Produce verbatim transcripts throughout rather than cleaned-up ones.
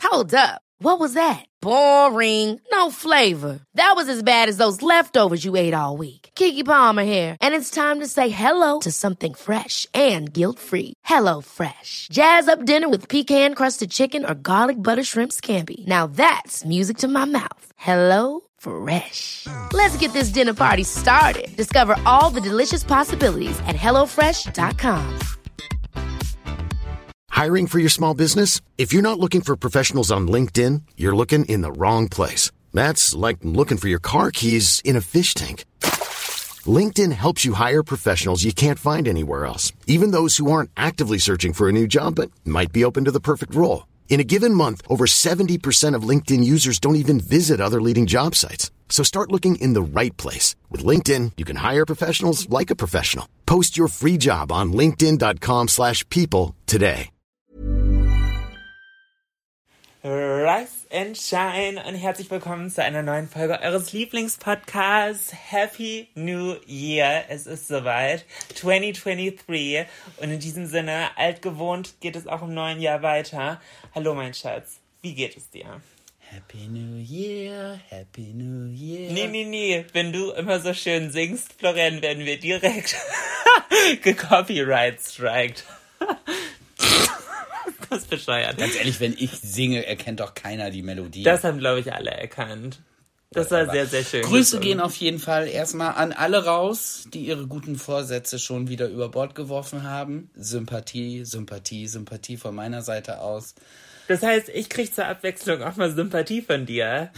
Hold up. What was that? Boring. No flavor. That was as bad as those leftovers you ate all week. Keke Palmer here. And it's time to say hello to something fresh and guilt-free. Hello Fresh. Jazz up dinner with pecan-crusted chicken or garlic butter shrimp scampi. Now that's music to my mouth. Hello Fresh. Let's get this dinner party started. Discover all the delicious possibilities at hello fresh dot com. Hiring for your small business? If you're not looking for professionals on LinkedIn, you're looking in the wrong place. That's like looking for your car keys in a fish tank. LinkedIn helps you hire professionals you can't find anywhere else, even those who aren't actively searching for a new job but might be open to the perfect role. In a given month, over seventy percent of LinkedIn users don't even visit other leading job sites. So start looking in the right place. With LinkedIn, you can hire professionals like a professional. Post your free job on linkedin dot com slash people today. Rise and Shine und herzlich willkommen zu einer neuen Folge eures Lieblingspodcasts. Happy New Year. Es ist soweit. zwanzig dreiundzwanzig. Und in diesem Sinne, altgewohnt, geht es auch im neuen Jahr weiter. Hallo mein Schatz, wie geht es dir? Happy New Year, Happy New Year. Nee, nee, nee. Wenn du immer so schön singst, Florian, werden wir direkt gecopyright-striked. Das ist bescheuert. Ganz ehrlich, wenn ich singe, erkennt doch keiner die Melodie. Das haben, glaube ich, alle erkannt. Das war sehr, sehr schön. Grüße gesungen. Gehen auf jeden Fall erstmal an alle raus, die ihre guten Vorsätze schon wieder über Bord geworfen haben. Sympathie, Sympathie, Sympathie von meiner Seite aus. Das heißt, ich kriege zur Abwechslung auch mal Sympathie von dir.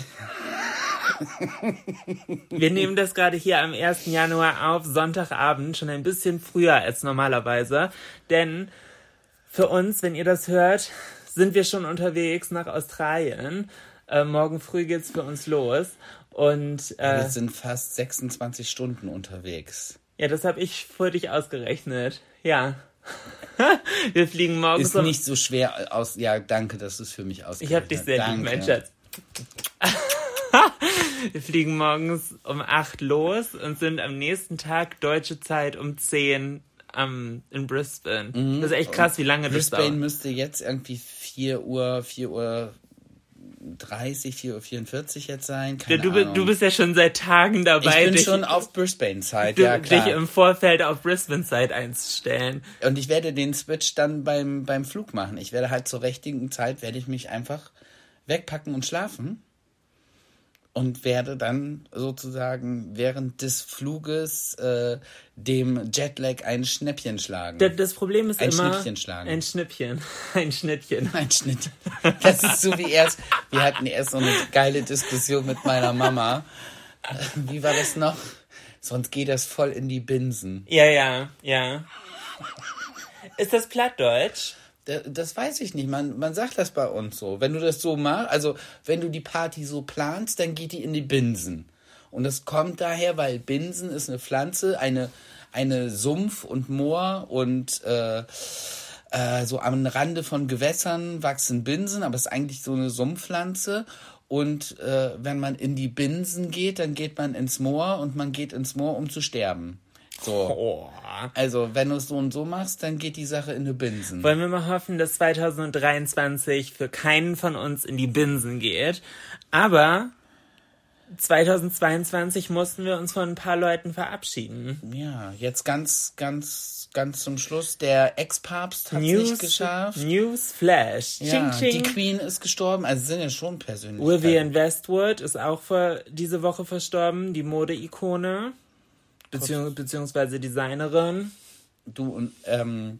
Wir nehmen das gerade hier am ersten Januar auf, Sonntagabend, schon ein bisschen früher als normalerweise. Denn für uns, wenn ihr das hört, sind wir schon unterwegs nach Australien. Äh, morgen früh geht's für uns los. Und äh, wir sind fast sechsundzwanzig Stunden unterwegs. Ja, das habe ich für dich ausgerechnet. Ja. Wir fliegen morgens Ist um... nicht so schwer aus... Ja, danke, dass du es für mich ausgerechnet hast. Ich hab dich sehr lieb, mein Schatz. Wir fliegen morgens um acht los und sind am nächsten Tag deutsche Zeit um zehn Um, in Brisbane. Mhm. Das ist echt krass, wie lange das dauert. Brisbane müsste jetzt irgendwie vier Uhr, vier Uhr dreißig, vier Uhr vierundvierzig jetzt sein. Keine du, Ahnung. Du bist ja schon seit Tagen dabei. Ich bin dich, schon auf Brisbane-Zeit, du, ja klar. Dich im Vorfeld auf Brisbane-Zeit einzustellen. Und ich werde den Switch dann beim, beim Flug machen. Ich werde halt zur richtigen Zeit, werde ich mich einfach wegpacken und schlafen. Und werde dann sozusagen während des Fluges äh, dem Jetlag ein Schnäppchen schlagen. Das, das Problem ist ein immer... Ein Schnippchen schlagen. Ein Schnippchen. Ein Schnittchen. Ein Schnitt. Das ist so wie erst... Wir hatten erst so eine geile Diskussion mit meiner Mama. Wie war das noch? Sonst geht das voll in die Binsen. Ja, ja, ja. Ist das Plattdeutsch? Das weiß ich nicht, man, man sagt das bei uns so. Wenn du das so machst, also wenn du die Party so planst, dann geht die in die Binsen. Und das kommt daher, weil Binsen ist eine Pflanze, eine, eine Sumpf- und Moor- und äh, äh, so am Rande von Gewässern wachsen Binsen, aber es ist eigentlich so eine Sumpfpflanze. Und äh, wenn man in die Binsen geht, dann geht man ins Moor und man geht ins Moor, um zu sterben. So. Oh. Also, wenn du es so und so machst, dann geht die Sache in die Binsen. Wollen wir mal hoffen, dass zwanzig dreiundzwanzig für keinen von uns in die Binsen geht. Aber zwanzig zweiundzwanzig mussten wir uns von ein paar Leuten verabschieden. Ja, jetzt ganz, ganz, ganz zum Schluss. Der Ex-Papst hat es nicht geschafft. News Flash. Ja, ching, ching. Die Queen ist gestorben. Also sind ja schon persönlich. Vivienne Westwood ist auch vor, diese Woche verstorben. Die Mode-Ikone. Beziehungs- beziehungsweise Designerin. Du und, ähm,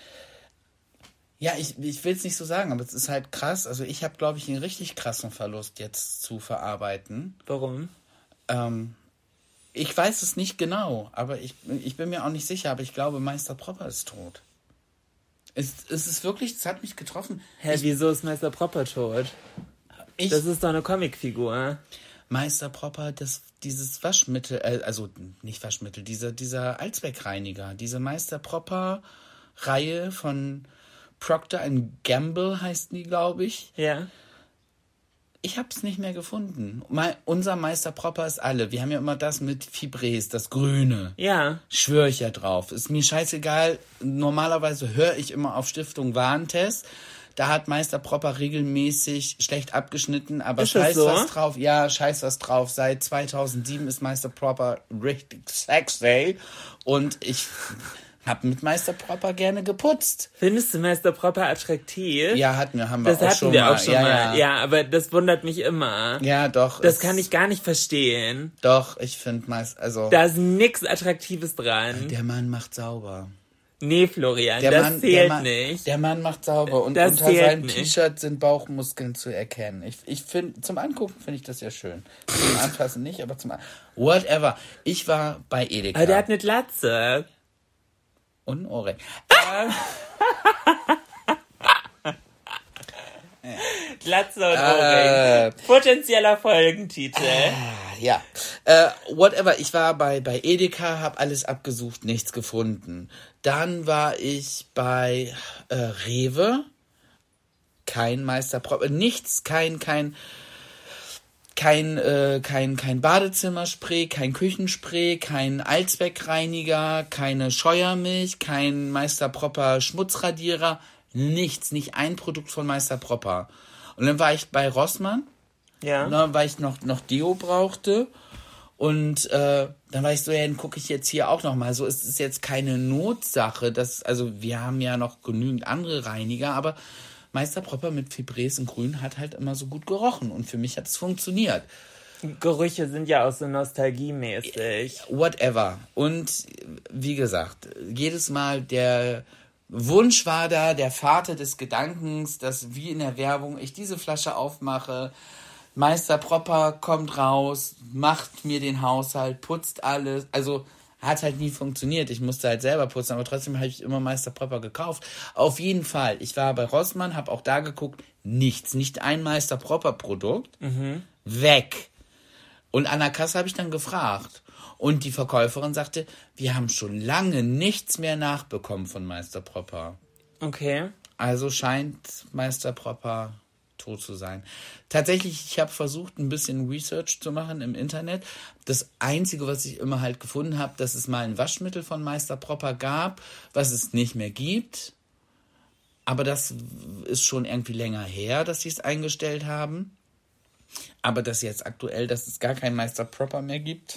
ja, ich, ich will es nicht so sagen, aber es ist halt krass. Also ich habe, glaube ich, einen richtig krassen Verlust jetzt zu verarbeiten. Warum? Ähm, ich weiß es nicht genau, aber ich, ich bin mir auch nicht sicher, aber ich glaube, Meister Propper ist tot. Es, es ist wirklich, es hat mich getroffen. Hä, ich, wieso ist Meister Propper tot? Ich, das ist doch eine Comicfigur. Meister Propper, das, dieses Waschmittel, äh, also nicht Waschmittel, dieser, dieser Allzweckreiniger, diese Meister Propper-Reihe von Procter and Gamble heißt die, glaube ich. Ja. Ich habe es nicht mehr gefunden. Mal, unser Meister Propper ist alle. Wir haben ja immer das mit Fibres, das Grüne. Ja. Schwöre ich ja drauf. Ist mir scheißegal. Normalerweise höre ich immer auf Stiftung Warentest. da hat Meister Propper regelmäßig schlecht abgeschnitten, aber Ist das scheiß so? was drauf. Ja, scheiß was drauf. Seit zweitausendsieben ist Meister Propper richtig sexy und ich hab mit Meister Propper gerne geputzt. Findest du Meister Propper attraktiv? Ja, hatten wir, haben wir Das auch hatten schon wir mal. auch schon ja, mal. Ja. Ja, aber das wundert mich immer. ja, doch. Das es- kann ich gar nicht verstehen. Doch, ich finde meist, also Da ist nix Attraktives dran. der Mann macht sauber. Nee, Florian, Der das Mann, zählt der Mann, nicht. Der Mann macht sauber und Das unter zählt seinem nicht. T-Shirt sind Bauchmuskeln zu erkennen. Ich, ich finde, zum Angucken finde ich das ja schön. Zum Anfassen nicht, aber zum An Whatever. Ich war bei Edeka. Aber der hat eine Glatze. Und ein Ohrring. Glatze und Äh. Ohrring. Potenzieller Folgentitel. Ja, äh, whatever. Ich war bei, bei Edeka, habe alles abgesucht, nichts gefunden. Dann war ich bei äh, Rewe. Kein Meister Propper, nichts, kein, kein, kein, äh, kein, kein Badezimmerspray, kein Küchenspray, kein Allzweckreiniger, keine Scheuermilch, kein Meister Propper Schmutzradierer, nichts, nicht ein Produkt von Meister Propper. Und dann war ich bei Rossmann. Ja. Ne, weil ich noch, noch Deo brauchte. Und äh, dann war ich so, ja, dann gucke ich jetzt hier auch noch mal. So, es ist jetzt keine Notsache. Das, also wir haben ja noch genügend andere Reiniger, aber Meister Propper mit Febreze und Grün hat halt immer so gut gerochen. Und für mich hat es funktioniert. Gerüche sind ja auch so nostalgiemäßig. Whatever. Und wie gesagt, jedes Mal der Wunsch war da, der Vater des Gedankens, dass wie in der Werbung ich diese Flasche aufmache, Meister Propper kommt raus, macht mir den Haushalt, putzt alles. Also hat halt nie funktioniert. Ich musste halt selber putzen, aber trotzdem habe ich immer Meister Propper gekauft. Auf jeden Fall. Ich war bei Rossmann, habe auch da geguckt, nichts. Nicht ein Meister Propper Produkt. Mhm. Weg. Und an der Kasse habe ich dann gefragt. Und die Verkäuferin sagte, wir haben schon lange nichts mehr nachbekommen von Meister Propper. Okay. Also scheint Meister Propper tot zu sein. Tatsächlich, ich habe versucht, ein bisschen Research zu machen im Internet. Das Einzige, was ich immer halt gefunden habe, dass es mal ein Waschmittel von Meister Propper gab, was es nicht mehr gibt. Aber das ist schon irgendwie länger her, dass sie es eingestellt haben. Aber dass jetzt aktuell, dass es gar kein Meister Propper mehr gibt,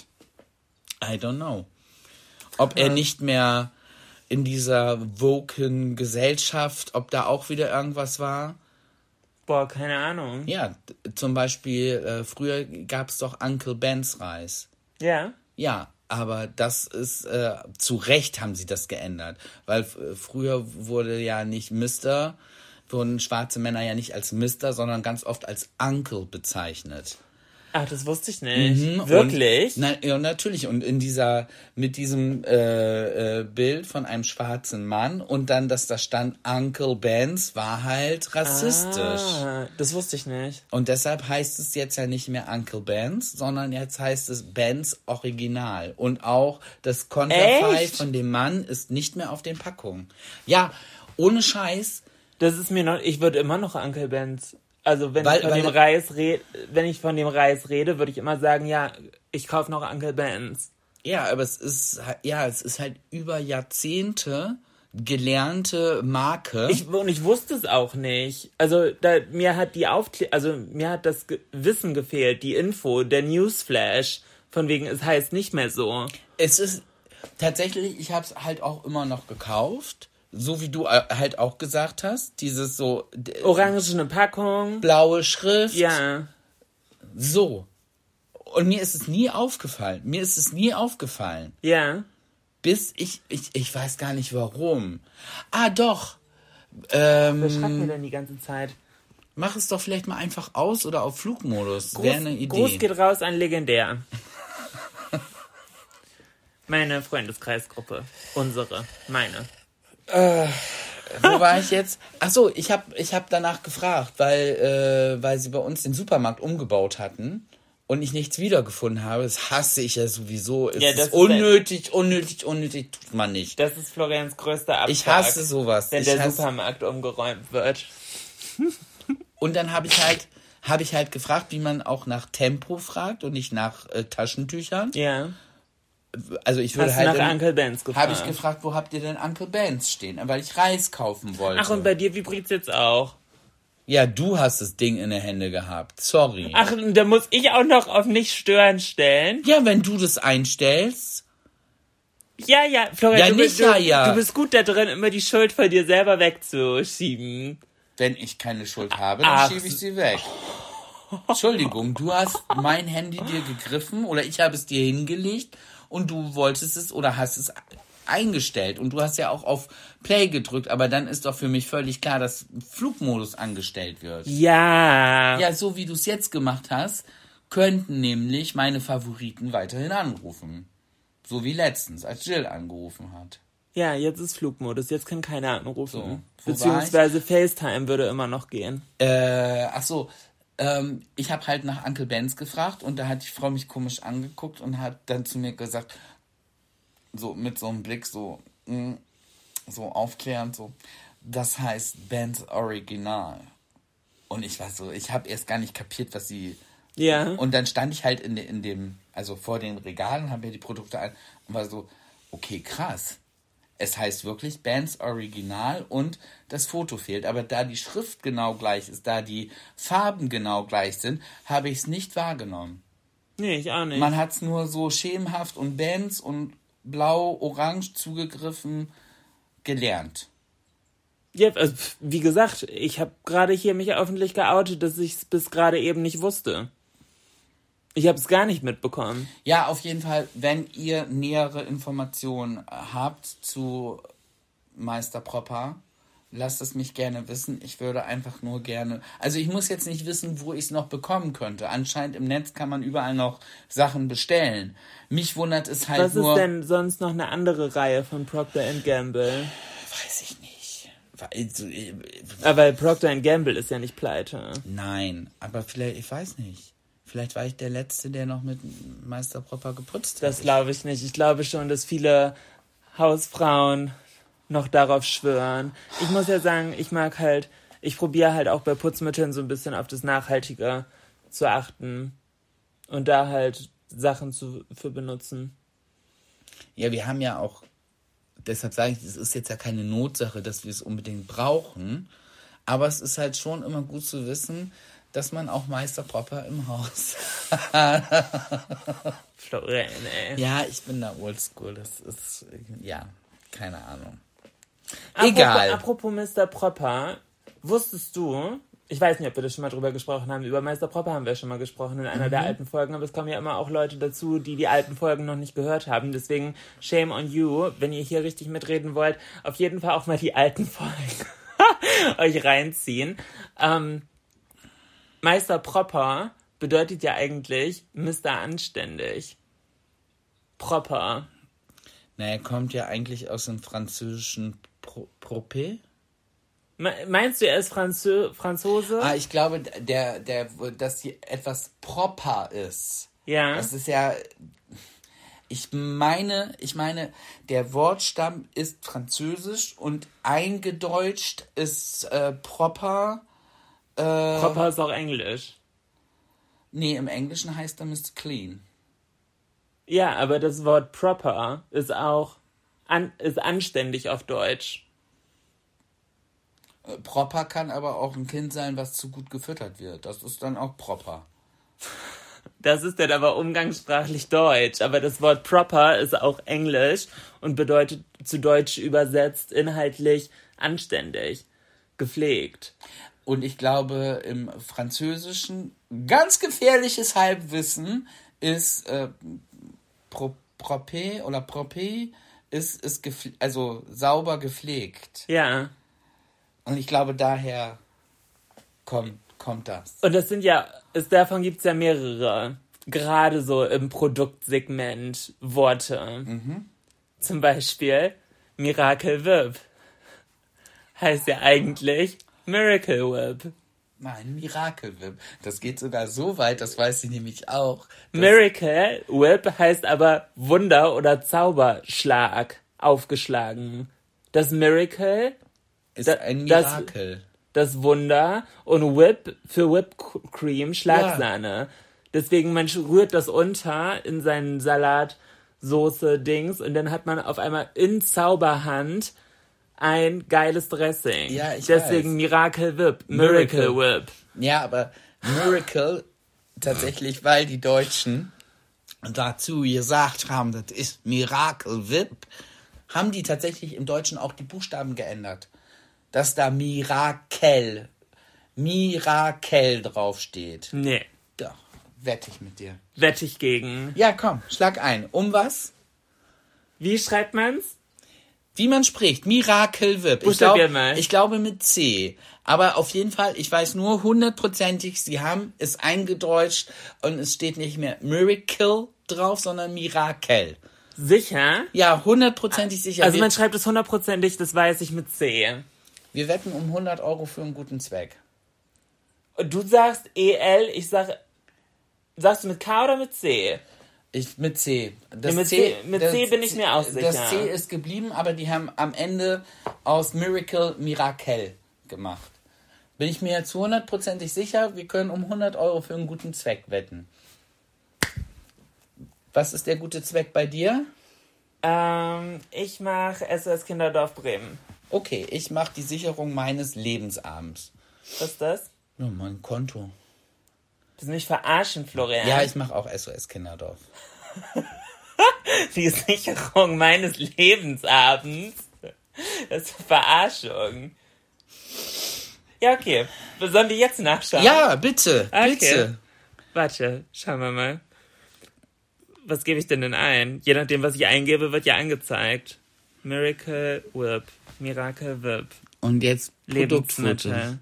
I don't know. Ob er nicht mehr in dieser woken Gesellschaft, ob da auch wieder irgendwas war. Boah, keine Ahnung. Ja, d- zum Beispiel, äh, früher gab es doch Uncle Ben's Reis. Ja. Ja, aber das ist, äh, zu Recht haben sie das geändert. Weil f- früher wurde ja nicht Mister, wurden schwarze Männer ja nicht als Mister, sondern ganz oft als Uncle bezeichnet. Ach, das wusste ich nicht. Mhm, Wirklich? Und, na, ja, natürlich. Und in dieser, mit diesem äh, äh, Bild von einem schwarzen Mann und dann, dass da stand Uncle Ben's, war halt rassistisch. Ah, das wusste ich nicht. Und deshalb heißt es jetzt ja nicht mehr Uncle Ben's, sondern jetzt heißt es Ben's Original. Und auch das Konterfei Echt? von dem Mann ist nicht mehr auf den Packungen. Ja, ohne Scheiß. Das ist mir noch, ich würde immer noch Uncle Ben's. Also wenn Weil- ich von weil- dem Reis rede, wenn ich von dem Reis rede, würde ich immer sagen, ja, ich kaufe noch Uncle Ben's. Ja, aber es ist, halt- ja, es ist halt über Jahrzehnte gelernte Marke. Ich, und ich wusste es auch nicht. Also da, mir hat die Aufklärung, also mir hat das Ge- Wissen gefehlt, die Info, der Newsflash, von wegen, es heißt nicht mehr so. Es ist tatsächlich, ich habe es halt auch immer noch gekauft, so wie du äh, halt auch gesagt hast, dieses so d- Orangene Packung. blaue Schrift, Ja. so. Und mir ist es nie aufgefallen. Mir ist es nie aufgefallen. Ja. Bis ich, ich, ich weiß gar nicht warum. Ah, doch. Ähm, Was schreibt mir denn die ganze Zeit? mach es doch vielleicht mal einfach aus oder auf Flugmodus. Gruß, Wäre eine Idee. Gruß geht raus an Legendär. Meine Freundeskreisgruppe. Unsere. Meine. Wo war ich jetzt? Ach so, ich habe ich hab danach gefragt, weil, äh, weil sie bei uns den Supermarkt umgebaut hatten und ich nichts wiedergefunden habe. Das hasse ich ja sowieso. Es Ja, das ist ist unnötig, unnötig, unnötig, tut man nicht. Das ist Florians größter Abfuck. Ich hasse sowas. Wenn Ich der hasse- Supermarkt umgeräumt wird. Und dann habe ich halt habe ich halt gefragt, wie man auch nach Tempo fragt und nicht nach äh, Taschentüchern. Ja. Also ich würde Hast du halt nach dann- Uncle Ben's gefragt? habe ich gefragt, wo habt ihr denn Uncle Ben's stehen? Weil ich Reis kaufen wollte. Ach, und bei dir vibriert's jetzt auch. Ja, du hast das Ding in der Hände gehabt. Sorry. Ach, und da muss ich auch noch auf nicht stören stellen? Ja, wenn du das einstellst. Ja, ja, Florian, Ja, du, nicht du, ja, ja. du bist gut da drin, immer die Schuld von dir selber wegzuschieben. Wenn ich keine Schuld habe, dann Ach. schiebe ich sie weg. Entschuldigung, du hast mein Handy dir gegriffen oder ich habe es dir hingelegt und du wolltest es oder hast es eingestellt und du hast ja auch auf Play gedrückt, aber dann ist doch für mich völlig klar, dass Flugmodus angestellt wird. Ja. Ja, so wie du es jetzt gemacht hast, könnten nämlich meine Favoriten weiterhin anrufen. So wie letztens, als Jill angerufen hat. Ja, jetzt ist Flugmodus, jetzt kann keiner anrufen. So, wo Beziehungsweise FaceTime würde immer noch gehen. Äh, ach so, ähm, ich habe halt nach Uncle Benz gefragt und da hat die Frau mich komisch angeguckt und hat dann zu mir gesagt, so mit so einem Blick, so, mh, so aufklärend, so, das heißt Benz Original. Und ich war so, ich habe erst gar nicht kapiert, was sie... Ja. Und dann stand ich halt in, de, in dem, also vor den Regalen, habe mir die Produkte ein und war so, okay, krass. Es heißt wirklich Benz Original und das Foto fehlt. Aber da die Schrift genau gleich ist, da die Farben genau gleich sind, habe ich es nicht wahrgenommen. Nee, ich auch nicht. Man hat es nur so schemenhaft und Benz und blau-orange zugegriffen gelernt. Ja, also, wie gesagt, ich habe gerade hier mich öffentlich geoutet, dass ich es bis gerade eben nicht wusste. Ich habe es gar nicht mitbekommen. Ja, auf jeden Fall, wenn ihr nähere Informationen habt zu Meister Propper, lasst es mich gerne wissen. Ich würde einfach nur gerne... Also ich muss jetzt nicht wissen, wo ich es noch bekommen könnte. Anscheinend im Netz kann man überall noch Sachen bestellen. Mich wundert es halt Was nur... Was ist denn sonst noch eine andere Reihe von Procter and Gamble? Weiß ich nicht. Weil- Aber Procter and Gamble ist ja nicht pleite. Nein, aber vielleicht, ich weiß nicht. Vielleicht war ich der Letzte, der noch mit Meister Propper geputzt hat. Das glaube ich nicht. Ich glaube schon, dass viele Hausfrauen noch darauf schwören. Ich muss ja sagen, ich mag halt, ich probiere halt auch bei Putzmitteln so ein bisschen auf das Nachhaltige zu achten und da halt Sachen zu, für benutzen. Ja, wir haben ja auch, deshalb sage ich, es ist jetzt ja keine Notsache, dass wir es unbedingt brauchen, aber es ist halt schon immer gut zu wissen, dass man auch Meister Propper im Haus hat. Florian, ey. Ja, ich bin da oldschool, das ist, ja, keine Ahnung. Apropos, Egal. Apropos Mister Propper, wusstest du, ich weiß nicht, ob wir das schon mal drüber gesprochen haben, über Meister Propper haben wir schon mal gesprochen in einer mhm. der alten Folgen, aber es kommen ja immer auch Leute dazu, die die alten Folgen noch nicht gehört haben, deswegen shame on you, wenn ihr hier richtig mitreden wollt, auf jeden Fall auch mal die alten Folgen euch reinziehen. Ähm, Meister Propper bedeutet ja eigentlich Mister Anständig. Propper. Naja, kommt ja eigentlich aus dem französischen Pro- Propé. Meinst du, er ist Franzö- Franzose? Ah, ich glaube, der, der, dass hier etwas proper ist. Ja. Das ist ja, ich meine, ich meine, der Wortstamm ist französisch und eingedeutscht ist äh, proper. Äh, Proper ist auch Englisch. Nee, im Englischen heißt er Mister Clean. Ja, aber das Wort proper ist auch an, ist anständig auf Deutsch. Äh, proper kann aber auch ein Kind sein, was zu gut gefüttert wird. Das ist dann auch proper. Das ist dann aber umgangssprachlich Deutsch. Aber das Wort proper ist auch Englisch und bedeutet zu Deutsch übersetzt inhaltlich anständig, gepflegt. Und ich glaube, im Französischen ganz gefährliches Halbwissen ist äh, pro, propé oder propé ist, ist gefle- also sauber gepflegt. Ja. Und ich glaube, daher kommt, kommt das. Und das sind ja, es, davon gibt es ja mehrere, gerade so im Produktsegment Worte. Mhm. Zum Beispiel Miracle Whip heißt ja eigentlich Miracle Whip. Nein, Miracle Whip. Das geht sogar so weit, das weiß ich nämlich auch. Miracle Whip heißt aber Wunder oder Zauberschlag aufgeschlagen. Das Miracle ist da, ein Mirakel. Das, das Wunder und Whip für Whipped Cream, Schlagsahne. Ja. Deswegen, man rührt das unter in seinen Salat, Soße, Dings und dann hat man auf einmal in Zauberhand ein geiles Dressing. Ja, ich Deswegen weiß. Miracle Whip, Miracle, Miracle. Whip. Ja, aber Miracle tatsächlich, weil die Deutschen dazu gesagt haben, das ist Miracle Whip, haben die tatsächlich im Deutschen auch die Buchstaben geändert. Dass da Mirakel, Mirakel draufsteht. Nee, Doch, wette ich mit dir. wette ich gegen. Ja, komm, schlag ein. Um was? Wie schreibt man's? Wie man spricht, Miracle Whip. Ich, Buchstabier glaub, mal. ich glaube mit C. Aber auf jeden Fall, ich weiß nur hundertprozentig, sie haben es eingedeutscht und es steht nicht mehr Miracle drauf, sondern Mirakel. Sicher? Ja, hundertprozentig sicher. Also wir, man schreibt es hundertprozentig, das weiß ich, mit C. wir wetten um hundert Euro für einen guten Zweck. Und du sagst E L, ich sag... Sagst du mit K oder mit C? Ich, mit C. Das Ja, mit C- mit das C bin ich mir auch sicher. Das C ist geblieben, aber die haben am Ende aus Miracle Mirakel gemacht. Bin ich mir jetzt zu hundertprozentig sicher, wir können um hundert Euro für einen guten Zweck wetten. Was ist der gute Zweck bei dir? Ähm, ich mach S O S Kinderdorf Bremen. Okay, ich mache die Sicherung meines Lebensabends. Was ist das? Ja, mein Konto. Willst du mich verarschen, Florian? Ja, ich mache auch S O S Kinderdorf. Die Sicherung meines Lebensabends. Das ist Verarschung. Ja, okay. Sollen wir jetzt nachschauen? Ja, bitte, Okay. bitte. Warte, schauen wir mal. Was gebe ich denn denn ein? Je nachdem, was ich eingebe, wird ja angezeigt. Miracle Whip. Miracle Whip. Und jetzt Produktfoto. Lebensmittel.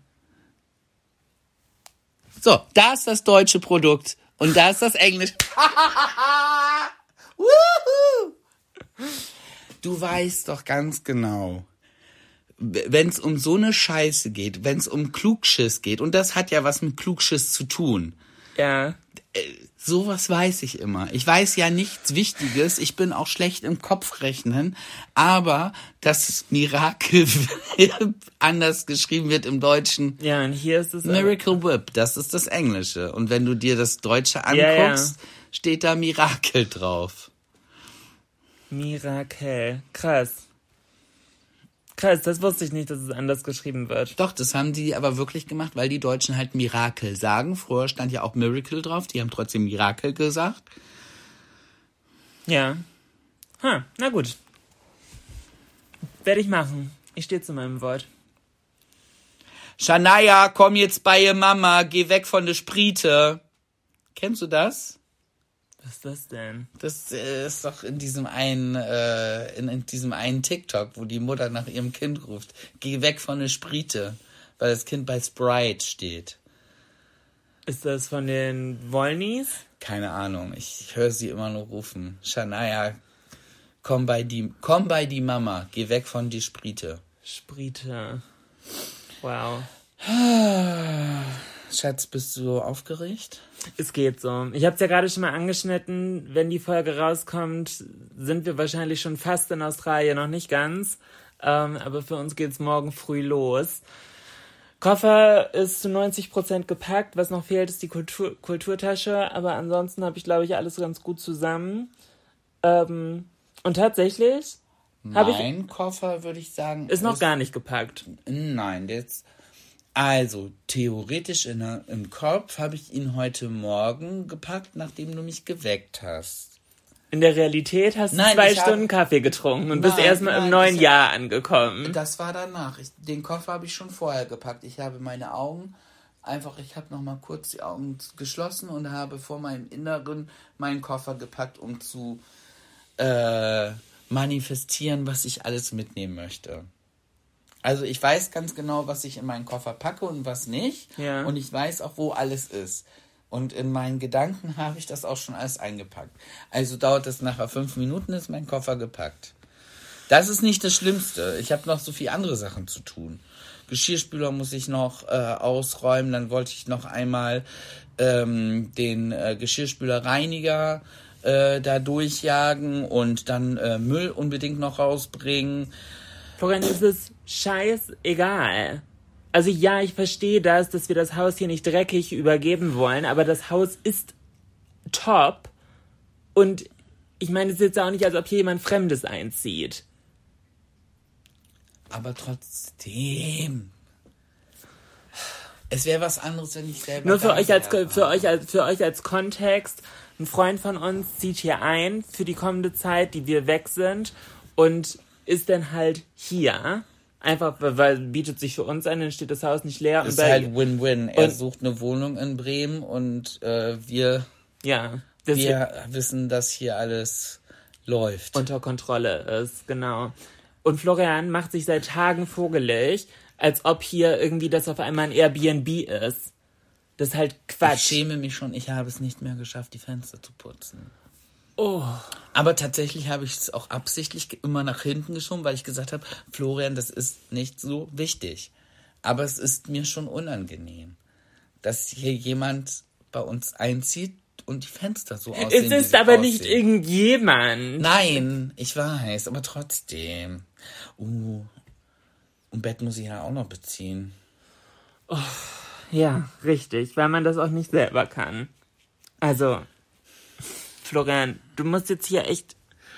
So, da ist das deutsche Produkt und da ist das englische. Wuhu! Du weißt doch ganz genau, wenn es um so eine Scheiße geht, wenn es um Klugschiss geht, und das hat ja was mit Klugschiss zu tun. Ja. Sowas weiß ich immer. Ich weiß ja nichts Wichtiges. Ich bin auch schlecht im Kopfrechnen. Aber dass Miracle Whip anders geschrieben wird im Deutschen. Ja, und hier ist es... Miracle Whip, das ist das Englische. Und wenn du dir das Deutsche anguckst, Ja, ja. steht da Miracle drauf. Miracle. Krass. Krass, das wusste ich nicht, dass es anders geschrieben wird. Doch, das haben die aber wirklich gemacht, weil die Deutschen halt Miracle sagen. Früher stand ja auch Miracle drauf. Die haben trotzdem Miracle gesagt. Ja. Ha, na gut. Werde ich machen. Ich stehe zu meinem Wort. Shania, komm jetzt bei ihr Mama. Geh weg von der Sprite. Kennst du das? Was ist das denn? Das äh, ist doch in diesem einen, äh, in, in diesem einen TikTok, wo die Mutter nach ihrem Kind ruft. Geh weg von der Sprite, weil das Kind bei Sprite steht. Ist das von den Wollnies? Keine Ahnung, ich höre sie immer nur rufen. Shania, komm bei die, komm bei die Mama, geh weg von die Sprite. Sprite. Wow. Schatz, bist du aufgeregt? Es geht so. Ich habe es ja gerade schon mal angeschnitten. Wenn die Folge rauskommt, sind wir wahrscheinlich schon fast in Australien, noch nicht ganz. Ähm, aber für uns geht's morgen früh los. Koffer ist zu neunzig Prozent gepackt. Was noch fehlt, ist die Kultur- Kulturtasche. Aber ansonsten habe ich, glaube ich, alles ganz gut zusammen. Ähm, und tatsächlich habe ich... Mein Koffer, würde ich sagen... Ist noch gar nicht gepackt. Nein, jetzt... Also, theoretisch in der, im Kopf habe ich ihn heute Morgen gepackt, nachdem du mich geweckt hast. In der Realität hast du Nein, zwei ich hab- Stunden Kaffee getrunken und Nein, bist erstmal im nein, neuen ich hab- Jahr angekommen. Das war danach. Ich, den Koffer habe ich schon vorher gepackt. Ich habe meine Augen einfach, ich habe nochmal kurz die Augen geschlossen und habe vor meinem Inneren meinen Koffer gepackt, um zu äh, manifestieren, was ich alles mitnehmen möchte. Also ich weiß ganz genau, was ich in meinen Koffer packe und was nicht. Ja. Und ich weiß auch, wo alles ist. Und in meinen Gedanken habe ich das auch schon alles eingepackt. Also dauert es nachher fünf Minuten, ist mein Koffer gepackt. Das ist nicht das Schlimmste. Ich habe noch so viele andere Sachen zu tun. Geschirrspüler muss ich noch äh, ausräumen. Dann wollte ich noch einmal ähm, den äh, Geschirrspülerreiniger äh, da durchjagen und dann äh, Müll unbedingt noch rausbringen. Florian, es ist scheißegal. Also ja, ich verstehe das, dass wir das Haus hier nicht dreckig übergeben wollen, aber das Haus ist top. Und ich meine, es ist jetzt auch nicht, als ob hier jemand Fremdes einzieht. Aber trotzdem. Es wäre was anderes, wenn ich selber. Nur für euch als für euch als für euch als Kontext: Ein Freund von uns zieht hier ein für die kommende Zeit, die wir weg sind, und ist dann halt hier. Einfach, weil bietet sich für uns an, dann steht das Haus nicht leer. Das ist halt Win-Win. Er sucht eine Wohnung in Bremen und äh, wir, ja, wir wissen, dass hier alles läuft. Unter Kontrolle ist, genau. Und Florian macht sich seit Tagen vogelig, als ob hier irgendwie das auf einmal ein Airbnb ist. Das ist halt Quatsch. Ich schäme mich schon, ich habe es nicht mehr geschafft, die Fenster zu putzen. Oh. Aber tatsächlich habe ich es auch absichtlich immer nach hinten geschoben, weil ich gesagt habe, Florian, das ist nicht so wichtig. Aber es ist mir schon unangenehm, dass hier jemand bei uns einzieht und die Fenster so aussehen. Es ist aber nicht irgendjemand. Nein, ich weiß, aber trotzdem. Uh, und Bett muss ich ja auch noch beziehen. Oh, ja, richtig, weil man das auch nicht selber kann. Also... Florian, du musst jetzt hier echt...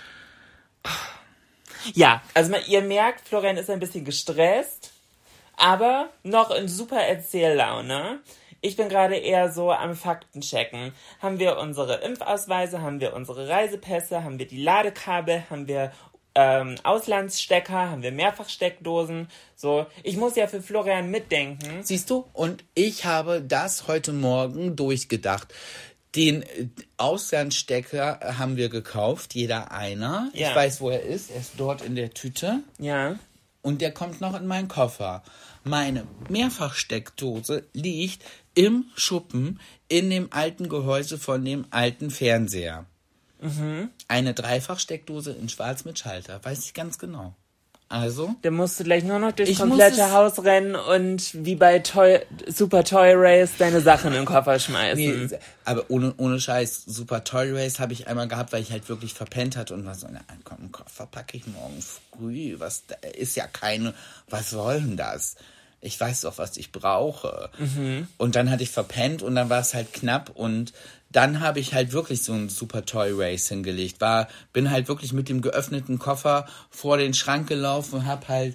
Ja, also ihr merkt, Florian ist ein bisschen gestresst, aber noch in super Erzähllaune. Ich bin gerade eher so am Faktenchecken. Haben wir unsere Impfausweise, haben wir unsere Reisepässe, haben wir die Ladekabel, haben wir ähm, Auslandsstecker, haben wir Mehrfachsteckdosen. So, ich muss ja für Florian mitdenken. Siehst du? Und ich habe das heute Morgen durchgedacht. Den Auslandsstecker haben wir gekauft, jeder einer. Ja. Ich weiß, wo er ist. Er ist dort in der Tüte. Ja. Und der kommt noch in meinen Koffer. Meine Mehrfachsteckdose liegt im Schuppen in dem alten Gehäuse von dem alten Fernseher. Mhm. Eine Dreifachsteckdose in schwarz mit Schalter. Weiß ich ganz genau. Also? Dann musst du gleich nur noch durchs komplette Haus rennen und wie bei Toy, Super Toy Race deine Sachen in den Koffer schmeißen. Nee, aber ohne, ohne Scheiß, Super Toy Race habe ich einmal gehabt, weil ich halt wirklich verpennt hatte und war so, na komm, Koffer packe ich morgen früh. Was, da ist ja keine, was soll denn das? Ich weiß doch, was ich brauche. Mhm. Und dann hatte ich verpennt und dann war es halt knapp und dann habe ich halt wirklich so ein Super Toy Race hingelegt. War, bin halt wirklich mit dem geöffneten Koffer vor den Schrank gelaufen und habe halt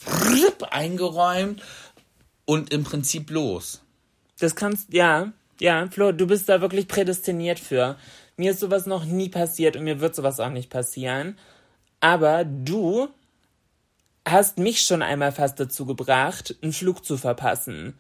eingeräumt und im Prinzip los. Das kannst, ja, ja, Flo, du bist da wirklich prädestiniert für. Mir ist sowas noch nie passiert und mir wird sowas auch nicht passieren. Aber du hast mich schon einmal fast dazu gebracht, einen Flug zu verpassen.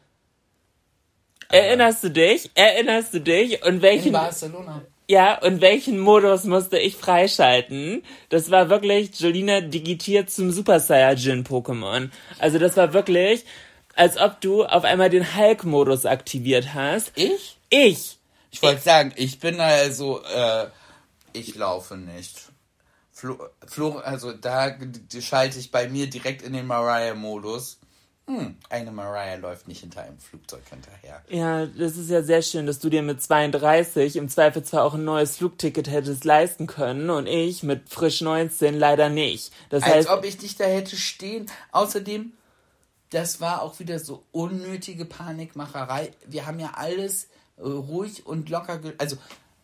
Aber Erinnerst du dich? Erinnerst du dich? Und welchen, in Barcelona. Ja, und welchen Modus musste ich freischalten? Das war wirklich Jolina digitiert zum Super Saiyajin Pokémon. Also das war wirklich, als ob du auf einmal den Hulk-Modus aktiviert hast. Ich? Ich. Ich wollte sagen, ich bin also, äh, ich laufe nicht. Flo, Flo, also da schalte ich bei mir direkt in den Mariah-Modus. Hm, eine Mariah läuft nicht hinter einem Flugzeug hinterher. Ja, das ist ja sehr schön, dass du dir mit zweiunddreißig im Zweifel zwar auch ein neues Flugticket hättest leisten können und ich mit frisch neunzehn leider nicht. Das Als heißt, ob ich dich da hätte stehen. Außerdem, das war auch wieder so unnötige Panikmacherei. Wir haben ja alles äh, ruhig und locker... Ge- also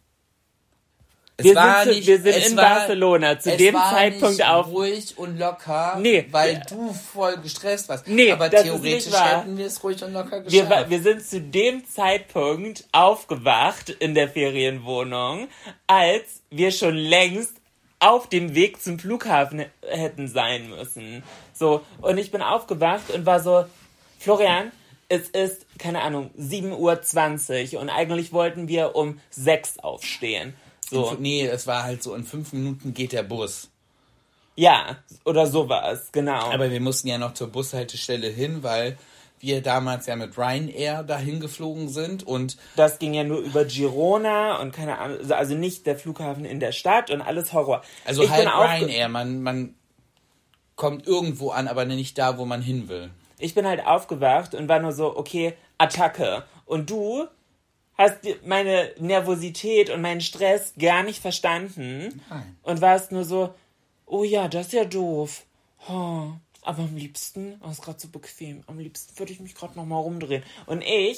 Es wir war sind, nicht, wir sind es in war, Barcelona zu es dem war Zeitpunkt nicht auf. ruhig und locker, Nee. weil du voll gestresst warst. Nee, aber das ist theoretisch nicht wahr. hätten wir es ruhig und locker Wir, geschafft. wa- wir sind zu dem Zeitpunkt aufgewacht in der Ferienwohnung, als wir schon längst auf dem Weg zum Flughafen h- hätten sein müssen. So, und ich bin aufgewacht und war so, Florian, es ist, keine Ahnung, sieben Uhr zwanzig und eigentlich wollten wir um sechs aufstehen. So. In, nee, es war halt so, in fünf Minuten geht der Bus. Ja, oder sowas, genau. Aber wir mussten ja noch zur Bushaltestelle hin, weil wir damals ja mit Ryanair dahin geflogen sind und das ging ja nur über Girona und keine Ahnung, also nicht der Flughafen in der Stadt und alles Horror. also ich halt bin aufge- Ryanair, man, man kommt irgendwo an, aber nicht da, wo man hin will. Ich bin halt aufgewacht und war nur so, okay, Attacke. Und du hast die- meine Nervosität und meinen Stress gar nicht verstanden. Nein. Und warst nur so, oh ja, das ist ja doof. Oh, aber am liebsten, oh, ist gerade so bequem, am liebsten würde ich mich gerade nochmal rumdrehen. Und ich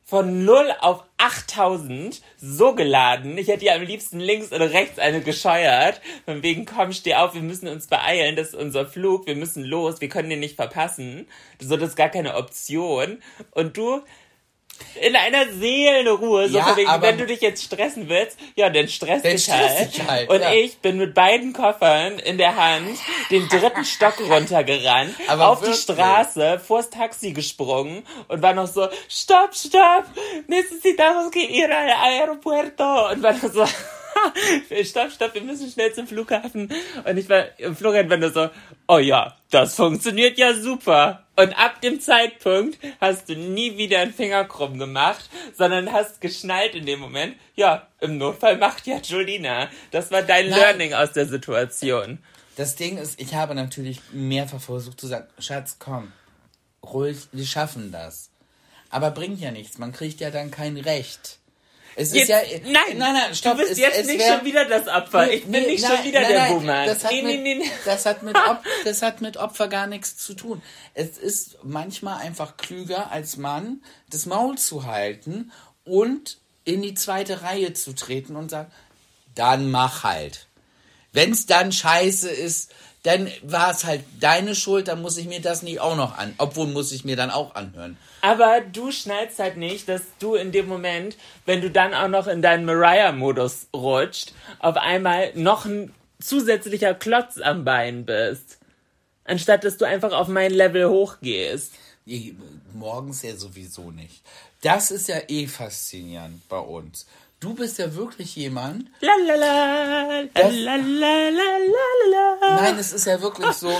von null auf achttausend so geladen. Ich hätte ja am liebsten links oder rechts eine gescheuert. Von wegen, komm, steh auf, wir müssen uns beeilen, das ist unser Flug, wir müssen los, wir können den nicht verpassen. So, das ist gar keine Option. Und du in einer Seelenruhe, so Ja, von wegen, aber- wenn du dich jetzt stressen willst, ja, dann stress Dann dich stress halt. dich halt, Und ja. ich bin mit beiden Koffern in der Hand den dritten Stock runtergerannt, Aber auf wirklich? die Straße, vors Taxi gesprungen und war noch so, stopp, stopp, necesitamos que ir al aeropuerto. Und war noch so, stopp, stopp, wir müssen schnell zum Flughafen. Und ich war, Florian war nur so, oh ja, das funktioniert ja super. Und ab dem Zeitpunkt hast du nie wieder einen Finger krumm gemacht, sondern hast geschnallt in dem Moment, ja, im Notfall macht ja Jolina. Das war dein Nein. Learning aus der Situation. Das Ding ist, ich habe natürlich mehrfach versucht zu sagen, Schatz, komm, ruhig, wir schaffen das. Aber bringt ja nichts, man kriegt ja dann kein Recht. Es Jetzt, ist ja... nein, nein, nein, stopp. du bist es, jetzt es nicht wär, schon wieder das Opfer. Ich bin nee, nicht nein, schon wieder nein, der nein, Buhmann. Das hat, Nee, mit, nee, nee. Das, hat mit Op- das hat mit Opfer gar nichts zu tun. Es ist manchmal einfach klüger als Mann, das Maul zu halten und in die zweite Reihe zu treten und sagen, dann mach halt. Wenn es dann scheiße ist, dann war es halt deine Schuld, dann muss ich mir das nicht auch noch an. Obwohl muss ich mir dann auch anhören. Aber du schnallst halt nicht, dass du in dem Moment, wenn du dann auch noch in deinen Mariah-Modus rutscht, auf einmal noch ein zusätzlicher Klotz am Bein bist. Anstatt, dass du einfach auf mein Level hochgehst. Nee, morgens ja sowieso nicht. Das ist ja eh faszinierend bei uns. Du bist ja wirklich jemand... Lalala, Das- lalala. Nein, es ist ja wirklich so...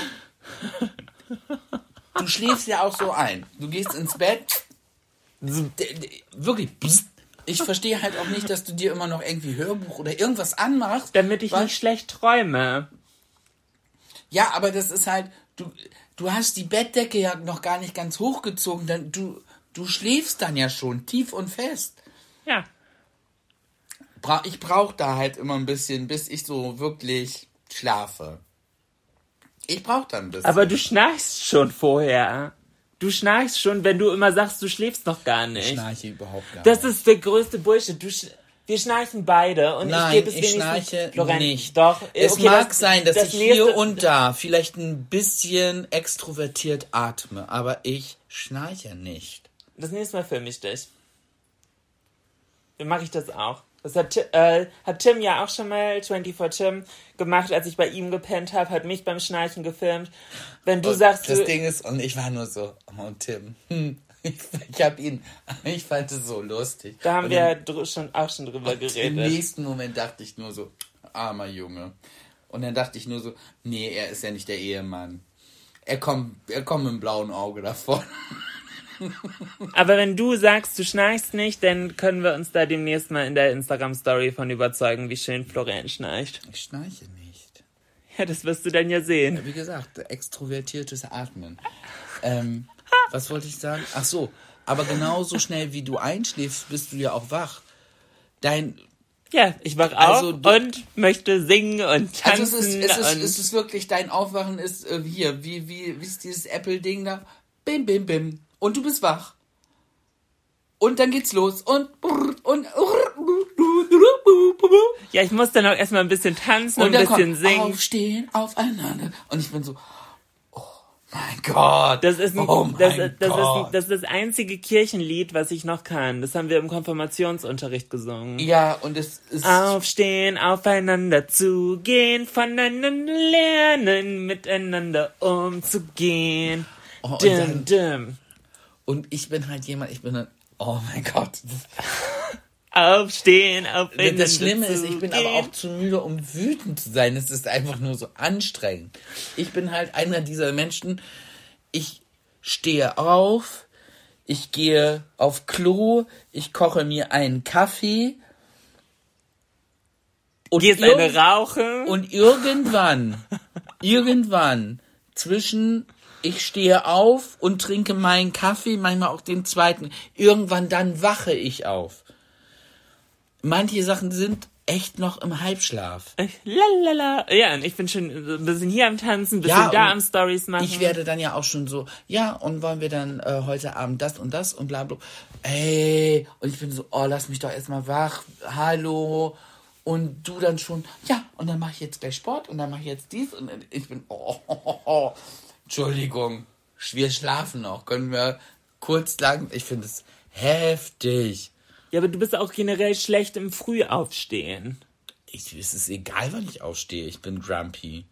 Du schläfst ja auch so ein. Du gehst ins Bett... D- d- Wirklich... pst. Ich verstehe halt auch nicht, dass du dir immer noch irgendwie Hörbuch oder irgendwas anmachst. Damit ich was- nicht schlecht träume. Ja, aber das ist halt... Du, du hast die Bettdecke ja noch gar nicht ganz hochgezogen. Dann, du, du schläfst dann ja schon tief und fest. Ja. Bra- Ich brauche da halt immer ein bisschen, bis ich so wirklich schlafe. Ich brauche da ein bisschen. Aber du schnarchst schon vorher. Du schnarchst schon, wenn du immer sagst, du schläfst noch gar Ich nicht. schnarche überhaupt gar Das nicht. ist der größte Bullshit. Du sch- wir schnarchen beide und Nein, ich gebe es ich wenigstens... schnarche Florian, nicht. Doch. Es okay, mag das- sein, dass das ich nächste- hier und da vielleicht ein bisschen extrovertiert atme, aber ich schnarche nicht. Das nächste Mal filme ich dich. Dann mache ich das auch. Das hat, Ti- äh, hat Tim ja auch schon mal, vierundzwanzig Tim, gemacht, als ich bei ihm gepennt habe, hat mich beim Schnarchen gefilmt. Wenn du Und sagst, das du, Ding ist, und ich war nur so, oh Tim, hm, ich, ich hab ihn, ich fand es so lustig. da haben und wir im, dr- schon, auch schon drüber Im geredet. nächsten Moment dachte ich nur so, armer Junge. Und dann dachte ich nur so, nee, er ist ja nicht der Ehemann. Er kommt, er kommt mit dem blauen Auge davon. Aber wenn du sagst, du schnarchst nicht, dann können wir uns da demnächst mal in der Instagram-Story von überzeugen, wie schön Florian schnarcht. Ich schnarche nicht. Ja, das wirst du dann ja sehen. Wie gesagt, extrovertiertes Atmen. Ähm, was wollte ich sagen? Ach so, aber genauso schnell wie du einschläfst, bist du ja auch wach. Dein, Ja, ich wach Also auf du- und möchte singen und tanzen. also es ist, es ist, und es ist wirklich, dein Aufwachen ist äh, hier, wie, wie, wie ist dieses Apple-Ding da? Bim, bim, bim. Und du bist wach. Und dann geht's los. Und, und, ja, ich muss dann auch erstmal ein bisschen tanzen und, und ein dann bisschen kommt singen. Aufstehen, aufeinander. Und ich bin so, oh mein Gott. Das ist, ein, oh mein das, das, ist Gott. ein, das ist das einzige Kirchenlied, was ich noch kann. Das haben wir im Konfirmationsunterricht gesungen. Ja, und es ist... Aufstehen, aufeinander zugehen, voneinander lernen, miteinander umzugehen. Oh, und dim, dann- dim. Und ich bin halt jemand, ich bin dann, oh mein Gott. Aufstehen, aufeinander Das Schlimme ist, ich bin aber zugehen. auch zu müde, um wütend zu sein. Es ist einfach nur so anstrengend. Ich bin halt einer dieser Menschen, ich stehe auf, ich gehe auf Klo, ich koche mir einen Kaffee. Und Gehst irgend- eine rauchen. Und irgendwann, irgendwann, zwischen ich stehe auf und trinke meinen Kaffee, manchmal auch den zweiten, irgendwann dann wache ich auf. Manche Sachen sind echt noch im Halbschlaf. Lalala. Ja, und ich bin schon ein bisschen hier am Tanzen, ein bisschen Ja, da und am Stories machen. Ich werde dann ja auch schon so, ja, und wollen wir dann äh, heute Abend das und das und bla bla. Ey, und ich bin so, oh, lass mich doch erstmal wach, hallo. Und du dann schon, ja, und dann mache ich jetzt gleich Sport und dann mache ich jetzt dies und ich bin, oh, oh, oh, oh. Entschuldigung, wir schlafen noch, können wir kurz lang, ich finde es heftig. Ja, aber du bist auch generell schlecht im Frühaufstehen. Ich, es ist egal, wann ich aufstehe, ich bin grumpy.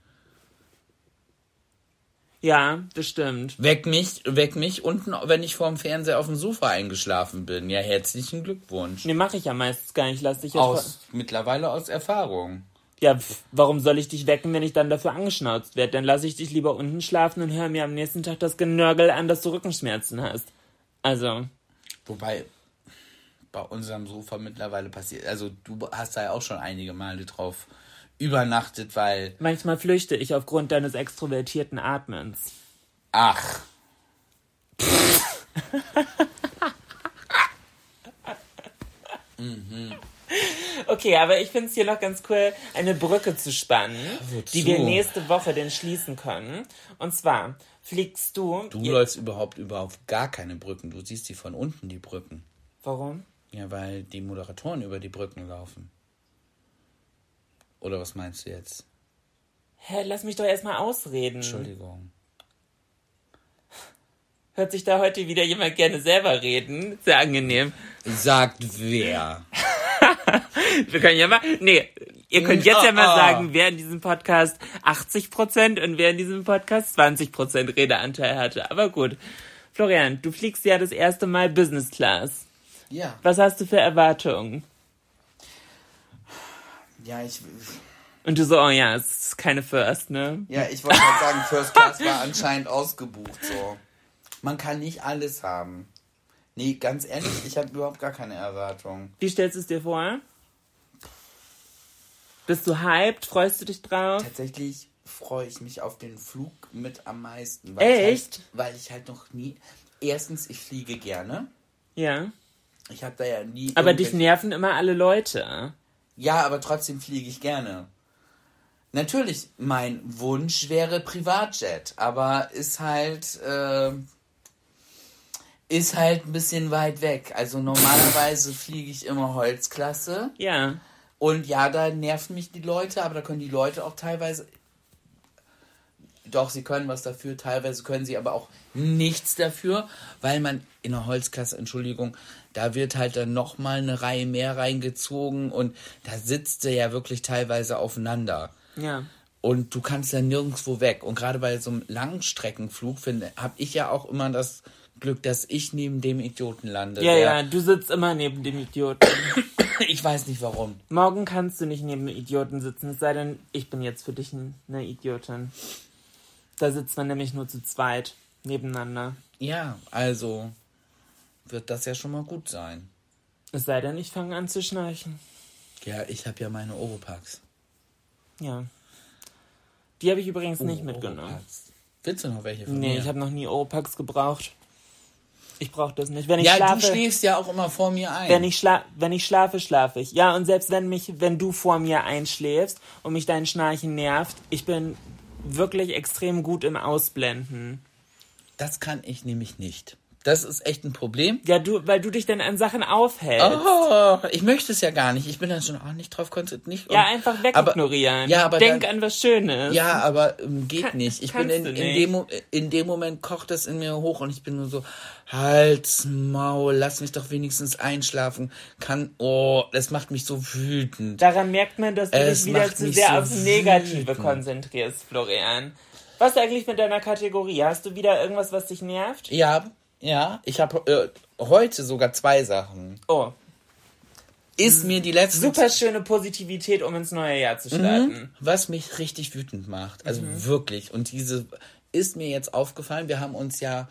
Ja, das stimmt. Weck mich, weck mich unten, wenn ich vorm Fernseher auf dem Sofa eingeschlafen bin. Ja, herzlichen Glückwunsch. Nee, mache ich ja meistens gar nicht. Lass dich ja Aus, mittlerweile aus Erfahrung. Ja, pf, warum soll ich dich wecken, wenn ich dann dafür angeschnauzt werde? Dann lasse ich dich lieber unten schlafen und höre mir am nächsten Tag das Genörgel an, dass du Rückenschmerzen hast. Also. Wobei bei unserem Sofa mittlerweile passiert, also du hast da ja auch schon einige Male drauf übernachtet, weil... Manchmal flüchte ich aufgrund deines extrovertierten Atmens. Ach. mhm. Okay, aber ich finde es hier noch ganz cool, eine Brücke zu spannen, Wozu? Die wir nächste Woche denn schließen können. Und zwar fliegst du... Du läufst überhaupt überhaupt gar keine Brücken. Du siehst die von unten, die Brücken. Warum? Ja, weil die Moderatoren über die Brücken laufen. Oder was meinst du jetzt? Hä, lass mich doch erstmal ausreden. Entschuldigung. Hört sich da heute wieder jemand gerne selber reden? Sehr angenehm. Sagt wer? Wir können ja mal... Nee, ihr könnt jetzt ja mal sagen, wer in diesem Podcast achtzig Prozent und wer in diesem Podcast zwanzig Prozent Redeanteil hatte. Aber gut. Florian, du fliegst ja das erste Mal Business Class. Ja. Was hast du für Erwartungen? Ja, ich... Und du so, oh ja, es ist keine First, ne? Ja, ich wollte halt sagen, First Class war anscheinend ausgebucht, so. Man kann nicht alles haben. Nee, ganz ehrlich, ich habe überhaupt gar keine Erwartungen. Wie stellst du es dir vor? Bist du hyped? Freust du dich drauf? Tatsächlich freue ich mich auf den Flug mit am meisten. Weil Echt? Ich halt, weil ich halt noch nie... Erstens, ich fliege gerne. Ja. Ich habe da ja nie... Aber dich nerven immer alle Leute. Ja, aber trotzdem fliege ich gerne. Natürlich, mein Wunsch wäre Privatjet, aber ist halt... Äh, ist halt ein bisschen weit weg. Also normalerweise fliege ich immer Holzklasse. Ja. Und ja, da nerven mich die Leute, aber da können die Leute auch teilweise... Doch, sie können was dafür, teilweise können sie aber auch nichts dafür, weil man in der Holzklasse, Entschuldigung, da wird halt dann nochmal eine Reihe mehr reingezogen und da sitzt du ja wirklich teilweise aufeinander. Ja. Und du kannst ja nirgendwo weg. Und gerade bei so einem Langstreckenflug, finde, habe ich ja auch immer das Glück, dass ich neben dem Idioten lande. Ja, der, ja, du sitzt immer neben dem Idioten. Ich weiß nicht warum. Morgen kannst du nicht neben dem Idioten sitzen, es sei denn, ich bin jetzt für dich eine Idiotin. Da sitzt man nämlich nur zu zweit nebeneinander. Ja, also wird das ja schon mal gut sein. Es sei denn, ich fange an zu schnarchen. Ja, ich habe ja meine Oropax. Ja. Die habe ich übrigens Oh, nicht mitgenommen. Oropax. Willst du noch welche von Nee, mir? ich habe noch nie Oropax gebraucht. Ich brauche das nicht. Wenn ich ja, schlafe, du schläfst ja auch immer vor mir ein. Wenn ich, schla- wenn ich schlafe, schlafe ich. Ja, und selbst wenn mich, wenn du vor mir einschläfst und mich dein Schnarchen nervt, ich bin wirklich extrem gut im Ausblenden. Das kann ich nämlich nicht. Das ist echt ein Problem. Ja, du, weil du dich dann an Sachen aufhältst. Oh, ich möchte es ja gar nicht. Ich bin dann schon auch nicht drauf konzentriert. Nicht, Ja, einfach wegignorieren. Aber, ja, aber Denk dann, an was Schönes. Ja, aber ähm, geht Kann- nicht. Ich bin kannst in, du in, nicht. dem, Mo- in dem Moment kocht das in mir hoch und ich bin nur so, Hals, Maul, lass mich doch wenigstens einschlafen. Kann, oh, das macht mich so wütend. Daran merkt man, dass du Es dich wieder macht zu mich sehr so aufs Negative wütend. konzentrierst, Florian. Was eigentlich mit deiner Kategorie? Hast du wieder irgendwas, was dich nervt? Ja, ja, ich habe äh, heute sogar zwei Sachen. Oh, Ist mir die letzte... super schöne Positivität, um ins neue Jahr zu starten. Was mich richtig wütend macht. Also Mhm. wirklich. Und diese ist mir jetzt aufgefallen. Wir haben uns ja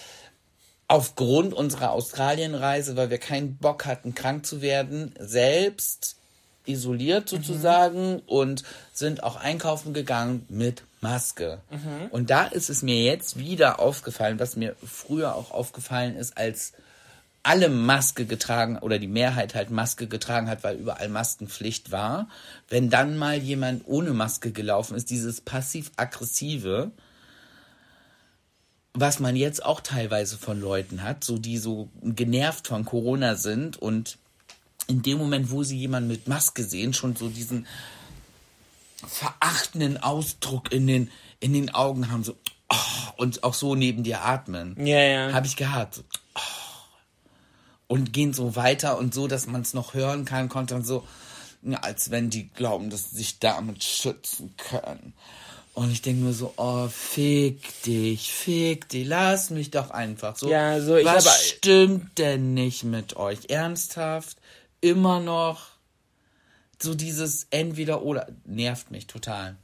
aufgrund unserer Australienreise, weil wir keinen Bock hatten, krank zu werden, selbst isoliert sozusagen Mhm. und sind auch einkaufen gegangen mit Maske. Mhm. Und da ist es mir jetzt wieder aufgefallen, was mir früher auch aufgefallen ist, als alle Maske getragen oder die Mehrheit halt Maske getragen hat, weil überall Maskenpflicht war. Wenn dann mal jemand ohne Maske gelaufen ist, dieses passiv-aggressive, was man jetzt auch teilweise von Leuten hat, so die so genervt von Corona sind und in dem Moment, wo sie jemanden mit Maske sehen, schon so diesen verachtenden Ausdruck in den, in den Augen haben, so oh, und auch so neben dir atmen. Ja, ja. Habe ich gehabt. So, oh. Und gehen so weiter und so, dass man es noch hören kann, kommt dann so, ja, als wenn die glauben, dass sie sich damit schützen können. Und ich denke nur so, oh, fick dich, fick dich, lass mich doch einfach so. Ja, so ich Was aber, stimmt denn nicht mit euch? Ernsthaft? Immer noch? So dieses entweder oder nervt mich total.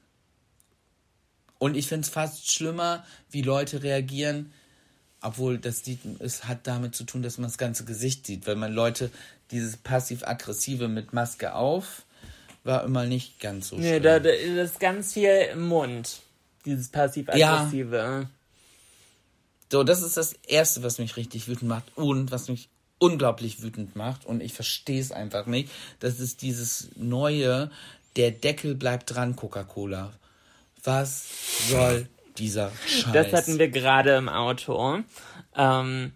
Und ich finde es fast schlimmer, wie Leute reagieren, obwohl das sieht, es hat damit zu tun, dass man das ganze Gesicht sieht. Wenn man Leute, dieses passiv-aggressive mit Maske auf, war immer nicht ganz so nee, schlimm. da, da ist ganz viel im Mund, dieses passiv-aggressive. Ja. So, das ist das Erste, was mich richtig wütend macht und was mich unglaublich wütend macht und ich verstehe es einfach nicht. Das ist dieses neue, der Deckel bleibt dran, Coca-Cola. Was soll dieser Scheiß? Das hatten wir gerade im Auto. Ähm.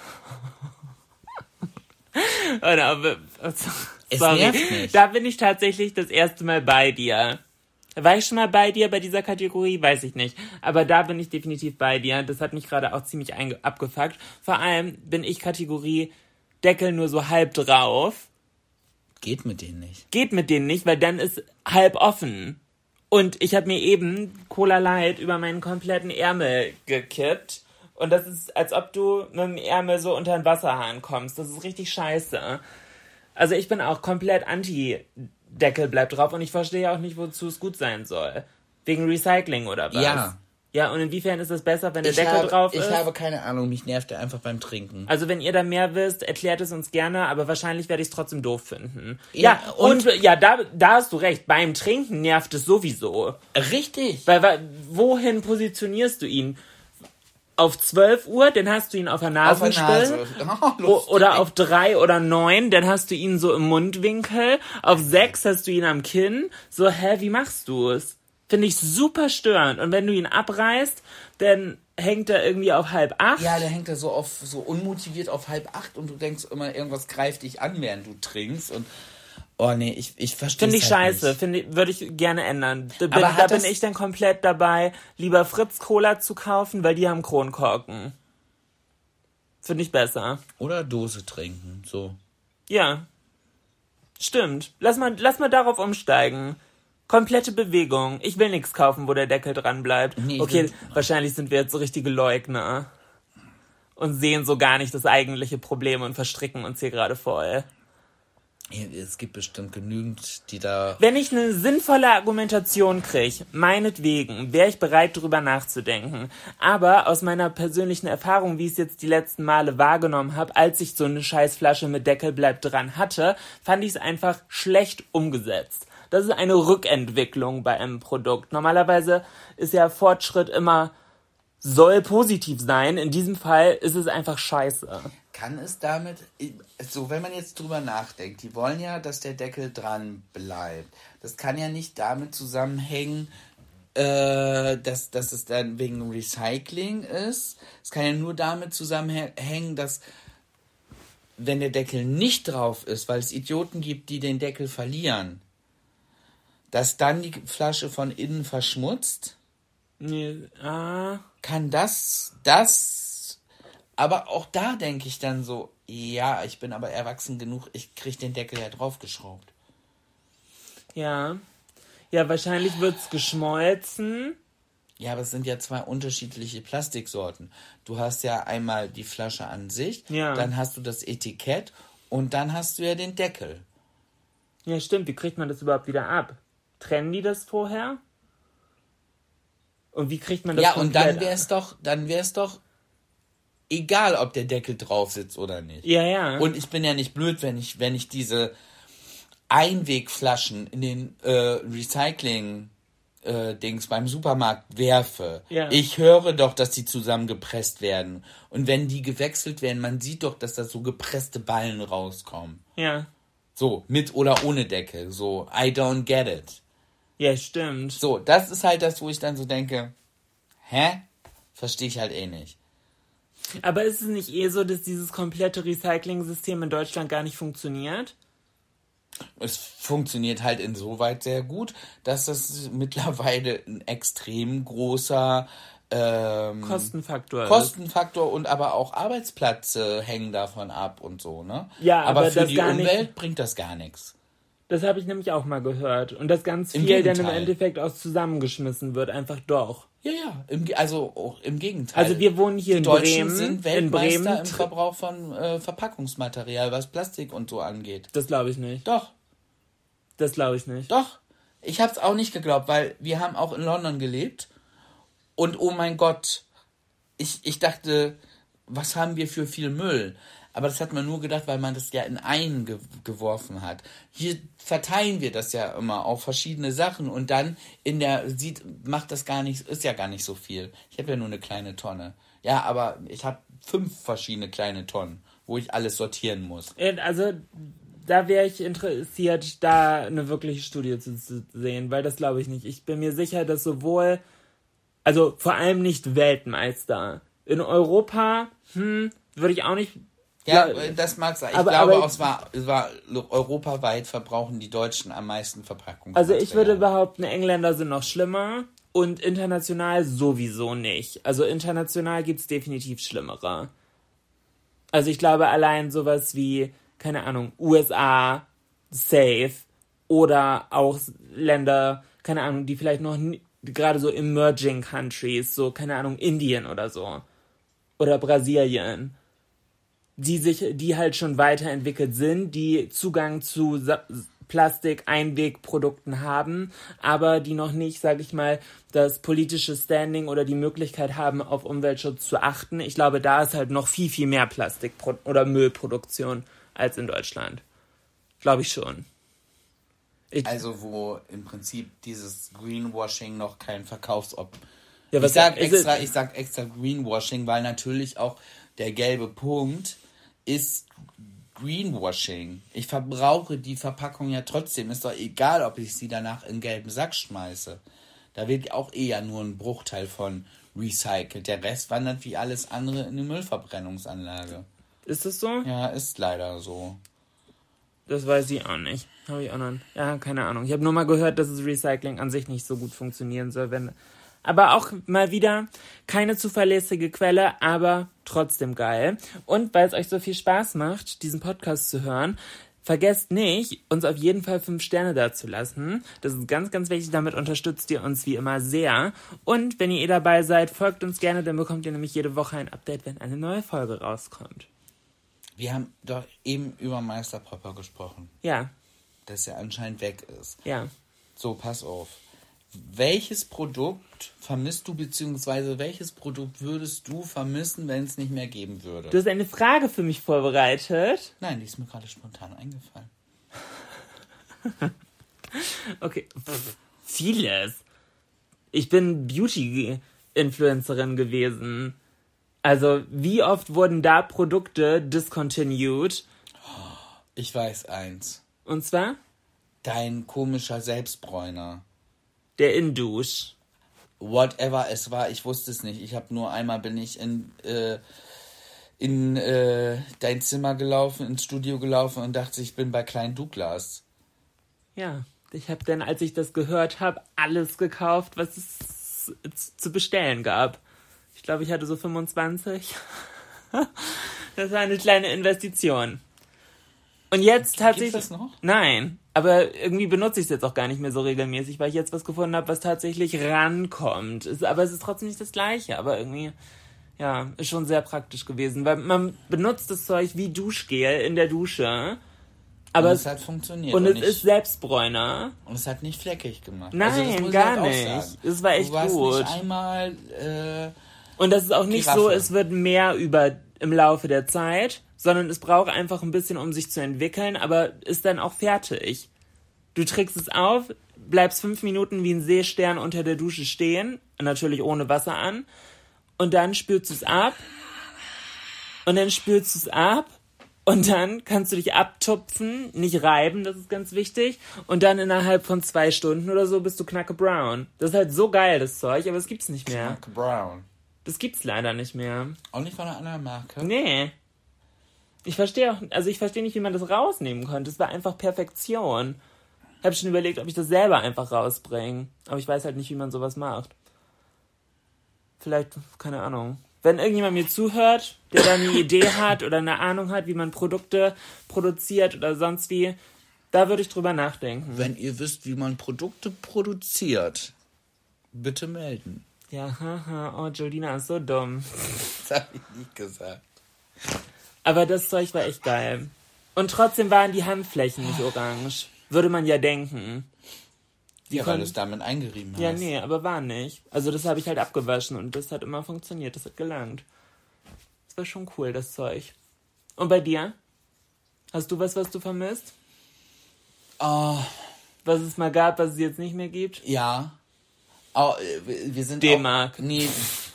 Oder, es sorry, nervt mich. Da bin ich tatsächlich das erste Mal bei dir. War ich schon mal bei dir bei dieser Kategorie? Weiß ich nicht. Aber da bin ich definitiv bei dir. Das hat mich gerade auch ziemlich einge- abgefuckt. Vor allem bin ich Kategorie Deckel nur so halb drauf. Geht mit denen nicht. Geht mit denen nicht, weil dann ist halb offen. Und ich habe mir eben Cola Light über meinen kompletten Ärmel gekippt. Und das ist, als ob du mit dem Ärmel so unter den Wasserhahn kommst. Das ist richtig scheiße. Also ich bin auch komplett anti-Deckel bleibt drauf. Und ich verstehe auch nicht, wozu es gut sein soll. Wegen Recycling oder was? Ja. Ja, und inwiefern ist es besser, wenn der Ich Deckel habe, drauf ich ist? Ich habe keine Ahnung, mich nervt er einfach beim Trinken. Also wenn ihr da mehr wisst, erklärt es uns gerne, aber wahrscheinlich werde ich es trotzdem doof finden. Ja, Ja, und, und ja, da, da hast du recht, beim Trinken nervt es sowieso. Richtig. Weil, weil wohin positionierst du ihn? Auf zwölf Uhr, dann hast du ihn auf der Nasenspitze. Oh, oder auf drei oder neun, dann hast du ihn so im Mundwinkel. Auf sechs hast du ihn am Kinn. So, hä, wie machst du es? Finde ich super störend. Und wenn du ihn abreißt, dann hängt er irgendwie auf halb acht. Ja, der hängt da so auf so unmotiviert auf halb acht und du denkst immer, irgendwas greift dich an, während du trinkst. Und oh nee, ich, ich verstehe Finde ich halt scheiße. Finde würde ich gerne ändern. Da, bin, Aber da hat bin das- ich dann komplett dabei, lieber Fritz Cola zu kaufen, weil die haben Kronkorken. Finde ich besser. Oder Dose trinken, so. Ja. Stimmt. Lass mal, lass mal darauf umsteigen. Komplette Bewegung. Ich will nichts kaufen, wo der Deckel dran bleibt. Nee, ich okay, will- wahrscheinlich sind wir jetzt so richtige Leugner. Und sehen so gar nicht das eigentliche Problem und verstricken uns hier gerade voll. Es gibt bestimmt genügend, die da... Wenn ich eine sinnvolle Argumentation kriege, meinetwegen, wäre ich bereit, drüber nachzudenken. Aber aus meiner persönlichen Erfahrung, wie ich es jetzt die letzten Male wahrgenommen habe, als ich so eine Scheißflasche mit Deckel bleibt dran hatte, fand ich es einfach schlecht umgesetzt. Das ist eine Rückentwicklung bei einem Produkt. Normalerweise ist ja Fortschritt immer, soll positiv sein. In diesem Fall ist es einfach scheiße. Kann es damit, so wenn man jetzt drüber nachdenkt, die wollen ja, dass der Deckel dran bleibt. Das kann ja nicht damit zusammenhängen, äh, dass, dass es dann wegen Recycling ist. Es kann ja nur damit zusammenhängen, dass wenn der Deckel nicht drauf ist, weil es Idioten gibt, die den Deckel verlieren, dass dann die Flasche von innen verschmutzt. Nee, ah... Kann das, das, aber auch da denke ich dann so, ja, ich bin aber erwachsen genug, ich kriege den Deckel ja draufgeschraubt. Ja. Ja, wahrscheinlich wird's geschmolzen. Ja, aber es sind ja zwei unterschiedliche Plastiksorten. Du hast ja einmal die Flasche an sich, Ja. dann hast du das Etikett und dann hast du ja den Deckel. Ja, stimmt. Wie kriegt man das überhaupt wieder ab? Trennen die das vorher? Und wie kriegt man das Ja, und dann komplett wäre es doch, dann wäre es doch egal, ob der Deckel drauf sitzt oder nicht. Ja, ja. Und ich bin ja nicht blöd, wenn ich, wenn ich diese Einwegflaschen in den äh, Recycling äh, Dings beim Supermarkt werfe, ja. ich höre doch, dass die zusammengepresst werden. Und wenn die gewechselt werden, man sieht doch, dass da so gepresste Ballen rauskommen. Ja. So, mit oder ohne Deckel. So, I don't get it. Ja, stimmt. So, das ist halt das, wo ich dann so denke, hä? Verstehe ich halt eh nicht. Aber ist es nicht eh so, dass dieses komplette Recycling-System in Deutschland gar nicht funktioniert? Es funktioniert halt insoweit sehr gut, dass das mittlerweile ein extrem großer ähm, Kostenfaktor Kostenfaktor ist. Und aber auch Arbeitsplätze hängen davon ab und so, ne? Ja, aber, aber für das die gar Umwelt nicht, bringt das gar nichts. Das habe ich nämlich auch mal gehört. Und dass ganz Im viel dann im Gegenteil. Endeffekt auch zusammengeschmissen wird, einfach doch. Ja, ja, im, also auch im Gegenteil. Also wir wohnen hier die in Deutschen Bremen. sind in Weltmeister Bremen im Verbrauch von äh, Verpackungsmaterial, was Plastik und so angeht. Das glaube ich nicht. Doch. Das glaube ich nicht. Doch, ich hab's auch nicht geglaubt, weil wir haben auch in London gelebt und oh mein Gott, ich, ich dachte, was haben wir für viel Müll? Aber das hat man nur gedacht, weil man das ja in einen ge- geworfen hat. Hier verteilen wir das ja immer auf verschiedene Sachen und dann in der, sieht, macht das gar nicht, ist ja gar nicht so viel. Ich habe ja nur eine kleine Tonne. Ja, aber ich habe fünf verschiedene kleine Tonnen, wo ich alles sortieren muss. Also da wäre ich interessiert, da eine wirkliche Studie zu, zu sehen, weil das glaube ich nicht. Ich bin mir sicher, dass sowohl, also vor allem nicht Weltmeister. In Europa, hm, würde ich auch nicht... Ja, Ja, das mag sein. Ich aber- glaube, aber- auch, es war, es war europaweit verbrauchen die Deutschen am meisten Verpackungsmaterial. Also ich würde behaupten, Engländer sind noch schlimmer und international sowieso nicht. Also international gibt es definitiv schlimmere. Also ich glaube allein sowas wie, keine Ahnung, U S A, safe oder auch Länder, keine Ahnung, die vielleicht noch nie, gerade so emerging countries, so keine Ahnung, Indien oder so. Oder Brasilien. Die sich, die halt schon weiterentwickelt sind, die Zugang zu Sa- Plastik-Einwegprodukten haben, aber die noch nicht, sage ich mal, das politische Standing oder die Möglichkeit haben, auf Umweltschutz zu achten. Ich glaube, da ist halt noch viel, viel mehr Plastik- oder Müllproduktion als in Deutschland. Glaube ich schon. Ich, Also wo im Prinzip dieses Greenwashing noch kein Verkaufsob... ja, Ich was sag ist extra, es- ich sag extra Greenwashing, weil natürlich auch der gelbe Punkt ist Greenwashing. Ich verbrauche die Verpackung ja trotzdem. Ist doch egal, ob ich sie danach in den gelben Sack schmeiße. Da wird auch eher nur ein Bruchteil von recycelt. Der Rest wandert wie alles andere in die Müllverbrennungsanlage. Ist das so? Ja, ist leider so. Das weiß ich auch nicht. Habe ich auch noch. Ja, keine Ahnung. Ich habe nur mal gehört, dass das Recycling an sich nicht so gut funktionieren soll, wenn. Aber auch mal wieder keine zuverlässige Quelle, aber trotzdem geil. Und weil es euch so viel Spaß macht, diesen Podcast zu hören, vergesst nicht, uns auf jeden Fall fünf Sterne dazulassen. Das ist ganz, ganz wichtig. Damit unterstützt ihr uns wie immer sehr. Und wenn ihr eh dabei seid, folgt uns gerne, dann bekommt ihr nämlich jede Woche ein Update, wenn eine neue Folge rauskommt. Wir haben doch eben über Meister Popper gesprochen, Ja, dass er anscheinend weg ist. ja. So, pass auf. Welches Produkt vermisst du, beziehungsweise welches Produkt würdest du vermissen, wenn es nicht mehr geben würde? Du hast eine Frage für mich vorbereitet. Nein, die ist mir gerade spontan eingefallen. Okay, pff, vieles. Ich bin Beauty-Influencerin gewesen. Also, wie oft wurden da Produkte discontinued? Ich weiß eins. Und zwar Dein komischer Selbstbräuner. der Indusch. Whatever es war, ich wusste es nicht. Ich habe nur einmal bin ich in, äh, in äh, dein Zimmer gelaufen, ins Studio gelaufen und dachte, ich bin bei Klein Douglas. Ja, ich habe dann, als ich das gehört habe, alles gekauft, was es zu bestellen gab. Ich glaube, ich hatte so fünfundzwanzig. Das war eine kleine Investition. Und jetzt hat sich... Gibt's das noch? Nein, aber irgendwie benutze ich es jetzt auch gar nicht mehr so regelmäßig, weil ich jetzt was gefunden habe, was tatsächlich rankommt. Ist, aber es ist trotzdem nicht das Gleiche, aber irgendwie, ja, ist schon sehr praktisch gewesen, weil man benutzt das Zeug wie Duschgel in der Dusche, aber und es hat funktioniert. und und es nicht, ist Selbstbräuner. und es hat nicht fleckig gemacht. Nein, also das muss ich gar halt auch nicht. sagen. Es war echt du warst gut. nicht einmal... Äh, Und das ist auch nicht Giraffe. so, es wird mehr über im Laufe der Zeit, sondern es braucht einfach ein bisschen, um sich zu entwickeln, aber ist dann auch fertig. Du trägst es auf, bleibst fünf Minuten wie ein Seestern unter der Dusche stehen, natürlich ohne Wasser an, und dann spülst du es ab, und dann spülst du es ab, und dann kannst du dich abtupfen, nicht reiben, das ist ganz wichtig, und dann innerhalb von zwei Stunden oder so bist du knacke brown. Das ist halt so geil, das Zeug, aber das gibt's nicht mehr. Knacke brown. Das gibt's leider nicht mehr. Auch nicht von einer anderen Marke? Nee. Ich verstehe auch, also ich verstehe nicht, wie man das rausnehmen konnte. Es war einfach Perfektion. Ich habe schon überlegt, ob ich das selber einfach rausbringe. Aber ich weiß halt nicht, wie man sowas macht. Vielleicht, keine Ahnung. Wenn irgendjemand mir zuhört, der da eine Idee hat oder eine Ahnung hat, wie man Produkte produziert oder sonst wie, da würde ich drüber nachdenken. Wenn ihr wisst, wie man Produkte produziert, bitte melden. Ja, haha, oh, Jolina ist so dumm. Das habe ich nicht gesagt. Aber das Zeug war echt geil. Und trotzdem waren die Handflächen nicht orange. Würde man ja denken. Die ja, weil kon- du es damit eingerieben hast. Ja, nee, aber war nicht. Also das habe ich halt abgewaschen und das hat immer funktioniert. Das hat gelangt. Das war schon cool, das Zeug. Und bei dir? Hast du was, was du vermisst? Oh, Was es mal gab, was es jetzt nicht mehr gibt? ja. Oh, wir sind D-Mark. Auch, nee.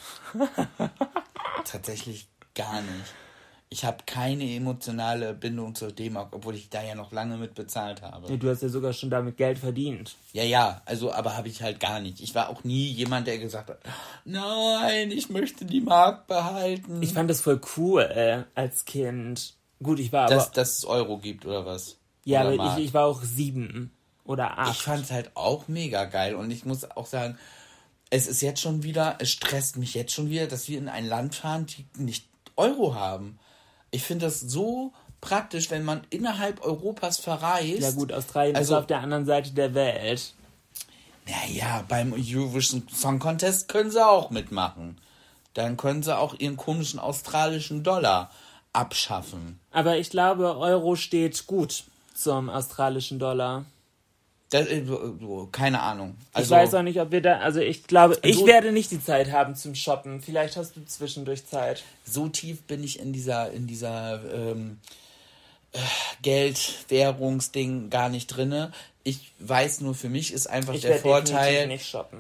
Tatsächlich gar nicht. Ich habe keine emotionale Bindung zur D-Mark, obwohl ich da ja noch lange mit bezahlt habe. Ja, du hast ja sogar schon damit Geld verdient. Ja, ja, also, aber habe ich halt gar nicht. Ich war auch nie jemand, der gesagt hat, nein, ich möchte die Mark behalten. Ich fand das voll cool äh, als Kind. Gut, ich war aber... Dass, dass es Euro gibt, oder was? ja, oder aber ich, ich war auch sieben oder acht. Ich fand es halt auch mega geil und ich muss auch sagen, es ist jetzt schon wieder, es stresst mich jetzt schon wieder, dass wir in ein Land fahren, die nicht Euro haben. Ich finde das so praktisch, wenn man innerhalb Europas verreist. Ja gut, Australien also, ist auf der anderen Seite der Welt. Naja, beim Eurovision Song Contest können sie auch mitmachen. Dann können sie auch ihren komischen australischen Dollar abschaffen. Aber ich glaube, Euro steht gut zum australischen Dollar. Das, keine Ahnung. Also, ich weiß auch nicht, ob wir da... Also ich glaube, ich so, werde nicht die Zeit haben zum Shoppen. Vielleicht hast du zwischendurch Zeit. So tief bin ich in dieser, in dieser ähm, äh, Geld-Währungsding gar nicht drinne. Ich weiß nur, für mich ist einfach Ich der werde Vorteil... definitiv nicht shoppen.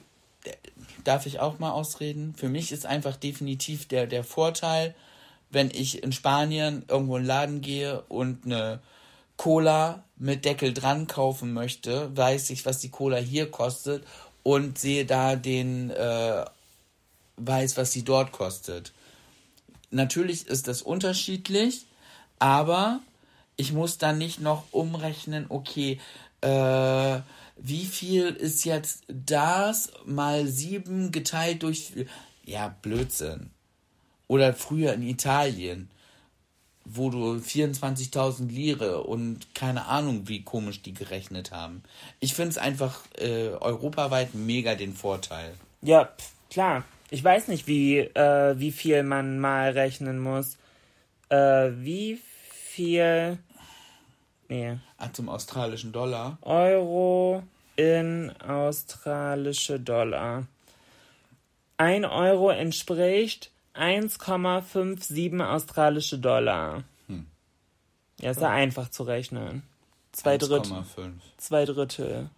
Darf ich auch mal ausreden? Für mich ist einfach definitiv der, der Vorteil, wenn ich in Spanien irgendwo in den Laden gehe und eine Cola mit Deckel dran kaufen möchte, weiß ich, was die Cola hier kostet und sehe da den, äh, weiß, was sie dort kostet. Natürlich ist das unterschiedlich, aber ich muss dann nicht noch umrechnen, okay, äh, wie viel ist jetzt das mal sieben geteilt durch... Ja, Blödsinn. Oder früher in Italien, wo du vierundzwanzigtausend Lire und keine Ahnung, wie komisch die gerechnet haben. Ich finde es einfach äh, europaweit mega den Vorteil. Ja, pf, klar. Ich weiß nicht, wie, äh, wie viel man mal rechnen muss. Äh, wie viel... Nee. Ah, zum australischen Dollar. Euro in australische Dollar. Ein Euro entspricht eins Komma fünfundfünfzig australische Dollar. Hm. Ja, ist ja einfach zu rechnen. Zwei Drittel. eins Komma fünf. Zwei Drittel.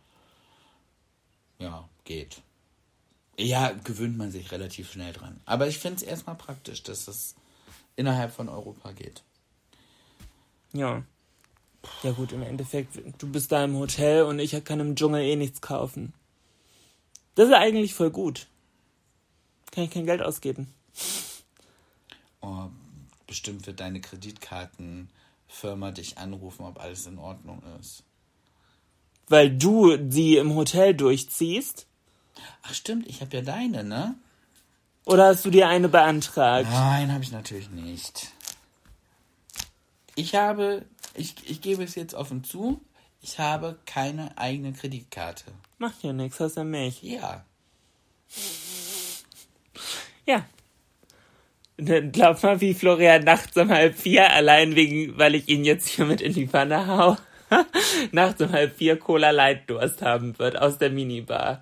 Ja, geht. Ja, gewöhnt man sich relativ schnell dran. Aber ich finde es erstmal praktisch, dass es innerhalb von Europa geht. Ja. Ja gut, im Endeffekt, du bist da im Hotel und ich kann im Dschungel eh nichts kaufen. Das ist eigentlich voll gut. Kann ich kein Geld ausgeben. Oh, bestimmt wird deine Kreditkartenfirma dich anrufen, ob alles in Ordnung ist. Weil du sie im Hotel durchziehst? Ach stimmt, ich habe ja deine, ne? Oder hast du dir eine beantragt? Nein, habe ich natürlich nicht. Ich habe, ich, ich gebe es jetzt offen zu, ich habe keine eigene Kreditkarte. Macht ja nichts, hast ja mich. Ja. Ja. Dann glaub mal, wie Florian nachts um halb vier, allein wegen, weil ich ihn jetzt hier mit in die Pfanne hau, nachts um halb vier Cola Light Durst haben wird aus der Minibar.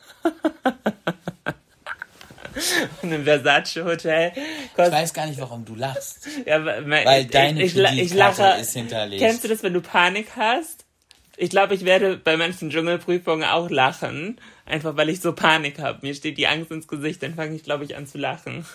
Und im Versace Hotel Ich weiß gar nicht, warum du lachst. Ja, mein, Weil deine ich, ich, Kreditkarte ich lache. ist hinterlegt. Kennst du das, wenn du Panik hast? Ich glaube, ich werde bei manchen Dschungelprüfungen auch lachen. Einfach, weil ich so Panik habe. Mir steht die Angst ins Gesicht, dann fange ich, glaube ich, an zu lachen.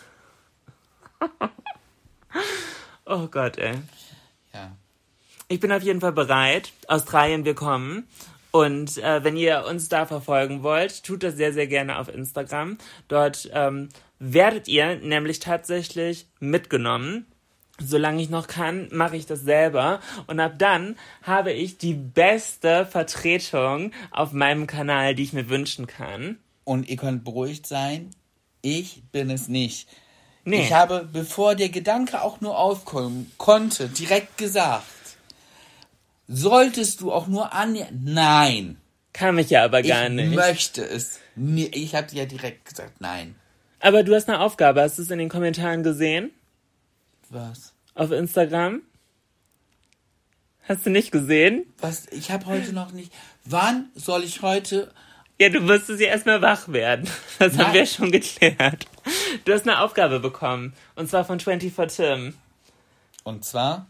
Oh Gott, ey. Ja. Ich bin auf jeden Fall bereit. Australien, wir kommen. Und äh, wenn ihr uns da verfolgen wollt, tut das sehr, sehr gerne auf Instagram. Dort ähm, werdet ihr nämlich tatsächlich mitgenommen. Solange ich noch kann, mache ich das selber. Und ab dann habe ich die beste Vertretung auf meinem Kanal, die ich mir wünschen kann. Und ihr könnt beruhigt sein, ich bin es nicht. Nee. Ich habe, bevor der Gedanke auch nur aufkommen konnte, direkt gesagt, solltest du auch nur annähern? Nein. Kann mich ja aber gar ich nicht. Ich möchte es. Ich habe dir ja direkt gesagt, nein. Aber du hast eine Aufgabe. Hast du es in den Kommentaren gesehen? Was? Auf Instagram? Hast du nicht gesehen? Was? Ich habe heute noch nicht... Wann soll ich heute... Ja, du müsstest ja erstmal wach werden. Das Nein. haben wir schon geklärt. Du hast eine Aufgabe bekommen. Und zwar von vierundzwanzig Tim. Und zwar...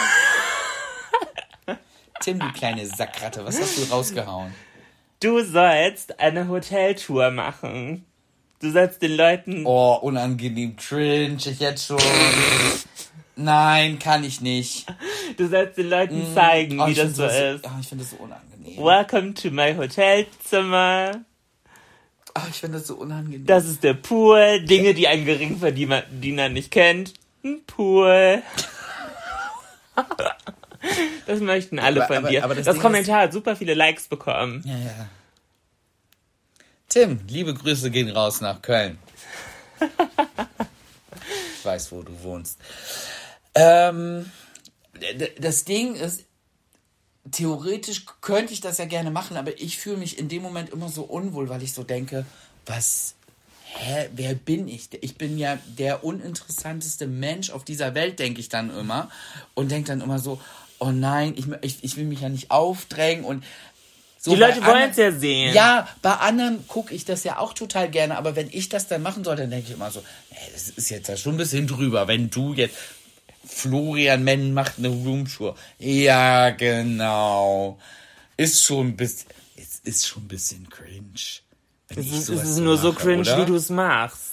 Tim, du kleine Sackratte, was hast du rausgehauen? Du sollst eine Hoteltour machen. Du sollst den Leuten... Oh, unangenehm, cringe, ich jetzt schon. Nein, kann ich nicht. Du sollst den Leuten zeigen, oh, wie das so das, ist. Oh, ich finde das so unangenehm. Welcome to my Hotelzimmer. Oh, ich finde das so unangenehm. Das ist der Pool. Dinge, die ein Geringverdiener nicht kennt. Ein Pool. Das möchten alle aber, von aber, dir. aber das das Ding Kommentar hat super viele Likes bekommen. Ja, ja. Tim, liebe Grüße gehen raus nach Köln. Ich weiß, wo du wohnst. Ähm, d- das Ding ist, theoretisch könnte ich das ja gerne machen, aber ich fühle mich in dem Moment immer so unwohl, weil ich so denke, was, hä, wer bin ich? Ich bin ja der uninteressanteste Mensch auf dieser Welt, denke ich dann immer. Und denke dann immer so, oh nein, ich, ich, ich will mich ja nicht aufdrängen und so. Die Leute bei wollen es anderen- ja sehen. Ja, bei anderen gucke ich das ja auch total gerne, aber wenn ich das dann machen soll, dann denke ich immer so, nee, das ist jetzt ja schon ein bisschen drüber, wenn du jetzt, Florian Menn macht eine Roomtour. Ja, genau. Ist schon ein bisschen, es ist schon ein bisschen cringe. Wenn Es ich ist, es sowas ist nur so mache, cringe, oder? wie du es machst.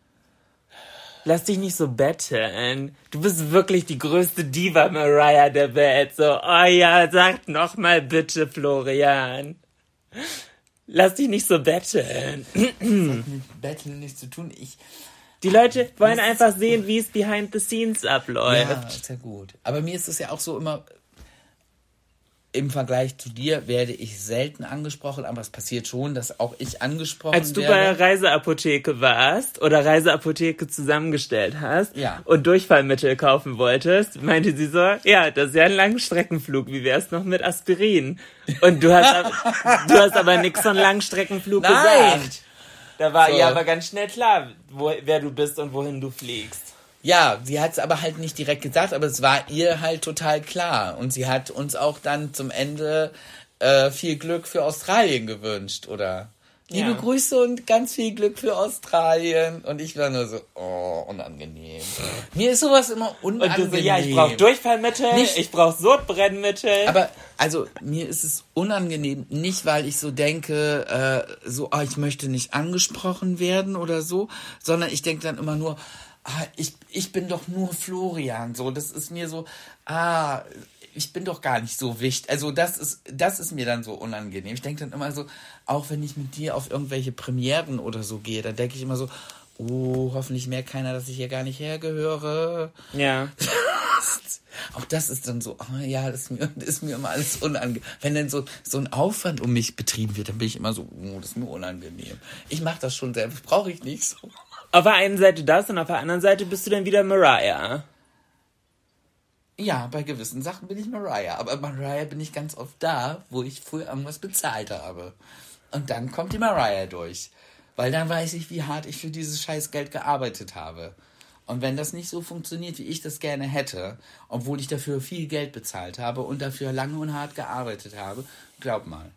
Lass dich nicht so betteln. Du bist wirklich die größte Diva Mariah der Welt. So, oh ja, sag noch mal bitte, Florian. Lass dich nicht so betteln. Das hat mit Betteln nichts zu tun. Ich, Die Leute wollen einfach sehen, wie es behind the scenes abläuft. ja, ist ja gut. Aber mir ist es ja auch so immer, im Vergleich zu dir werde ich selten angesprochen, aber es passiert schon, dass auch ich angesprochen Als du werde. bei der Reiseapotheke warst oder Reiseapotheke zusammengestellt hast Ja. und Durchfallmittel kaufen wolltest, meinte sie so, ja, das ist ja ein Langstreckenflug, wie wär's noch mit Aspirin? Und du hast, ab- du hast aber nichts von Langstreckenflug Nein. gesagt. Da war So. ihr aber ganz schnell klar, wo, wer du bist und wohin du fliegst. Ja, sie hat es aber halt nicht direkt gesagt, aber es war ihr halt total klar. Und sie hat uns auch dann zum Ende äh, viel Glück für Australien gewünscht, oder? Ja. Liebe Grüße und ganz viel Glück für Australien. Und ich war nur so, oh, unangenehm. Mir ist sowas immer Und unangenehm. du so, ja, ich brauche Durchfallmittel, Nicht- ich brauche Sodbrennmittel. Aber, also, mir ist es unangenehm, nicht weil ich so denke, äh, so, ah, ich möchte nicht angesprochen werden oder so, sondern ich denke dann immer nur, ah, ich, ich bin doch nur Florian, so, das ist mir so, ah, ich bin doch gar nicht so wichtig. Also das ist, das ist mir dann so unangenehm. Ich denke dann immer so, auch wenn ich mit dir auf irgendwelche Premieren oder so gehe, dann denke ich immer so, oh, hoffentlich merkt keiner, dass ich hier gar nicht hergehöre. ja. Auch das ist dann so, oh ja, das ist mir, das ist mir immer alles unangenehm. Wenn dann so, so ein Aufwand um mich betrieben wird, dann bin ich immer so, oh, das ist mir unangenehm. Ich mache das schon selbst, brauche ich nicht so. Auf der einen Seite das und auf der anderen Seite bist du dann wieder Mariah. Ja, bei gewissen Sachen bin ich Mariah, aber bei Mariah bin ich ganz oft da, wo ich früher irgendwas bezahlt habe. Und dann kommt die Mariah durch. Weil dann weiß ich, wie hart ich für dieses Scheißgeld gearbeitet habe. Und wenn das nicht so funktioniert, wie ich das gerne hätte, obwohl ich dafür viel Geld bezahlt habe und dafür lange und hart gearbeitet habe, glaub mal.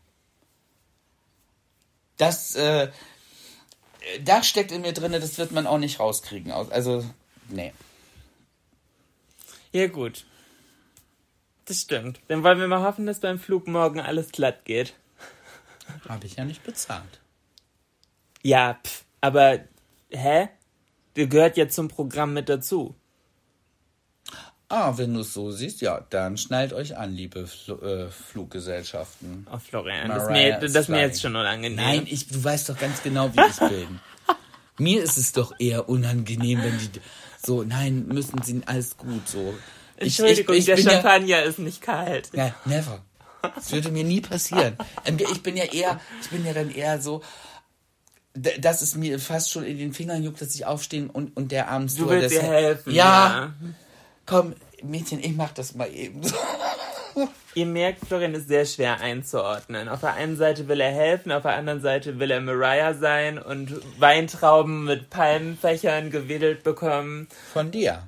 Das, äh, das steckt in mir drin, das wird man auch nicht rauskriegen. Also, nee. Ja, gut. Das stimmt. Dann wollen wir mal hoffen, dass beim Flug morgen alles glatt geht. Habe ich ja nicht bezahlt. Ja, pff, aber, hä? Der gehört ja zum Programm mit dazu. Ah, wenn du es so siehst, ja, dann schnallt euch an, liebe Fl- äh, Fluggesellschaften. Oh, Florian, das ist mir, das ist mir jetzt schon unangenehm. Nein, ich, du weißt doch ganz genau, wie ich bin. Mir ist es doch eher unangenehm, wenn die so, nein, müssen sie, alles gut, so. Ich, Entschuldigung, ich, ich der bin Champagner ja, ist nicht kalt. Ja, never. Das würde mir nie passieren. Ähm, Ich bin ja eher, ich bin ja dann eher so, d- dass es mir fast schon in den Fingern juckt, dass ich aufstehen und, und der abends Du willst dir helfen. Ja, komm, Mädchen, ich mach das mal eben so. Ihr merkt, Florian ist sehr schwer einzuordnen. Auf der einen Seite will er helfen, auf der anderen Seite will er Mariah sein und Weintrauben mit Palmenfächern gewedelt bekommen. Von dir.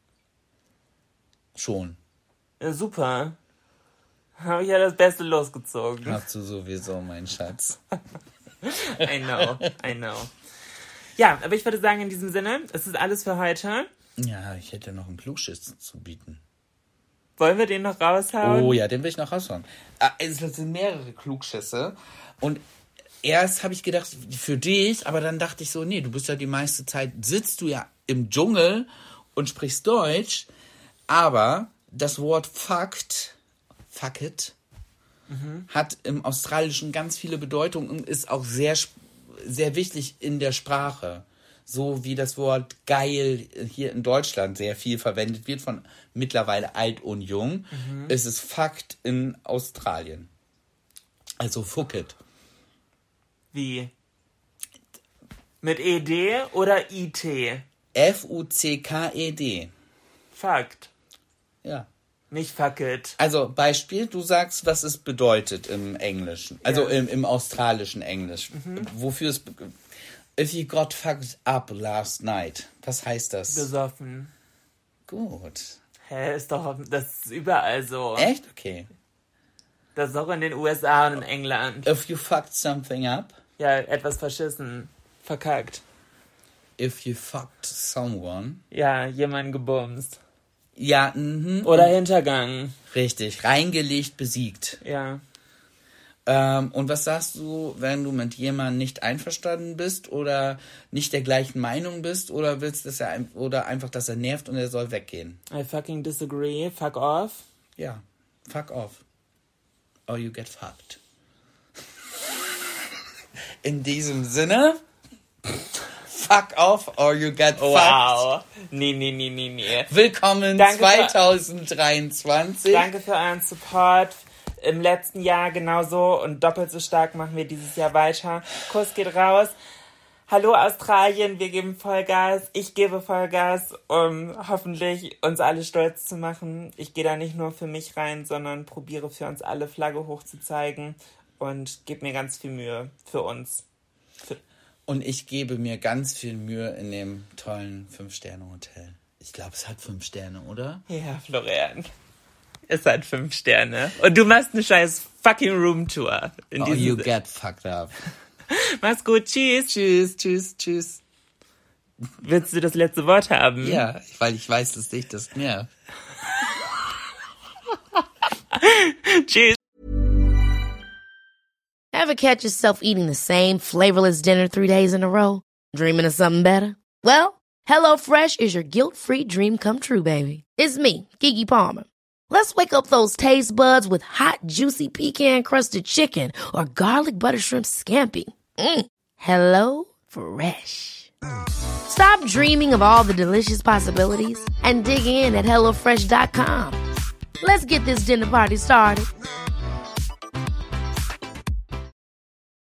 Schon. Ja, super. Habe ich ja das Beste losgezogen. Hast du sowieso, mein Schatz. I know, I know. Ja, aber ich würde sagen, in diesem Sinne, es ist alles für heute. Ja, ich hätte noch einen Klugschiss zu bieten. Wollen wir den noch raushauen? Oh ja, den will ich noch raushauen. Ah, Es sind mehrere Klugschüsse. Und erst habe ich gedacht, für dich, aber dann dachte ich so, nee, du bist ja die meiste Zeit, sitzt du ja im Dschungel und sprichst Deutsch, aber das Wort fucked, fuck it, mhm. hat im Australischen ganz viele Bedeutungen und ist auch sehr, sehr wichtig in der Sprache. So wie das Wort geil hier in Deutschland sehr viel verwendet wird, von mittlerweile alt und jung, mhm. ist es fucked in Australien. Also fuck it. Wie? Mit E D oder I T? F U C K E D. Fucked. Ja. Nicht fuck it. Also Beispiel, du sagst, was es bedeutet im Englischen. Also Ja. im, im australischen Englisch. Mhm. Wofür es... If you got fucked up last night. Was heißt das? Besoffen. Gut. Hä, ist doch, das ist überall so. Echt? Okay. Das ist auch in den U S A und in England. If you fucked something up. Ja, etwas verschissen. Verkackt. If you fucked someone. Ja, jemanden gebumst. Ja, mhm. Oder hintergangen. Richtig. Reingelegt, besiegt. Ja. Ähm, und was sagst du, wenn du mit jemandem nicht einverstanden bist oder nicht der gleichen Meinung bist oder willst, dass er ein, oder einfach, dass er nervt und er soll weggehen? I fucking disagree. Fuck off. Ja. Fuck off. Or you get fucked. In diesem Sinne, fuck off or you get fucked. Wow. Nee, nee, nee, nee, nee. Willkommen Danke zwanzig dreiundzwanzig. Danke für euren Support. Im letzten Jahr genauso und doppelt so stark machen wir dieses Jahr weiter. Kuss geht raus. Hallo Australien, wir geben Vollgas. Ich gebe Vollgas, um hoffentlich uns alle stolz zu machen. Ich gehe da nicht nur für mich rein, sondern probiere für uns alle Flagge hochzuzeigen und gebe mir ganz viel Mühe für uns. Für Und ich gebe mir ganz viel Mühe in dem tollen Fünf-Sterne-Hotel. Ich glaube, es hat fünf Sterne, oder? ja, Florian. Es hat fünf Sterne. Und du machst eine scheiß fucking Roomtour. In Oh, diesem you Sinne. get fucked up. Mach's gut, tschüss. Tschüss, tschüss, tschüss. Willst du das letzte Wort haben? Ja, weil ich weiß, dass dich das nervt. Tschüss. Ever catch yourself eating the same flavorless dinner three days in a row? Dreaming of something better? Well, HelloFresh is your guilt-free dream come true, baby. It's me, Keke Palmer. Let's wake up those taste buds with hot, juicy pecan-crusted chicken or garlic butter shrimp scampi. Mm. Hello Fresh. Stop dreaming of all the delicious possibilities and dig in at hello fresh dot com. Let's get this dinner party started.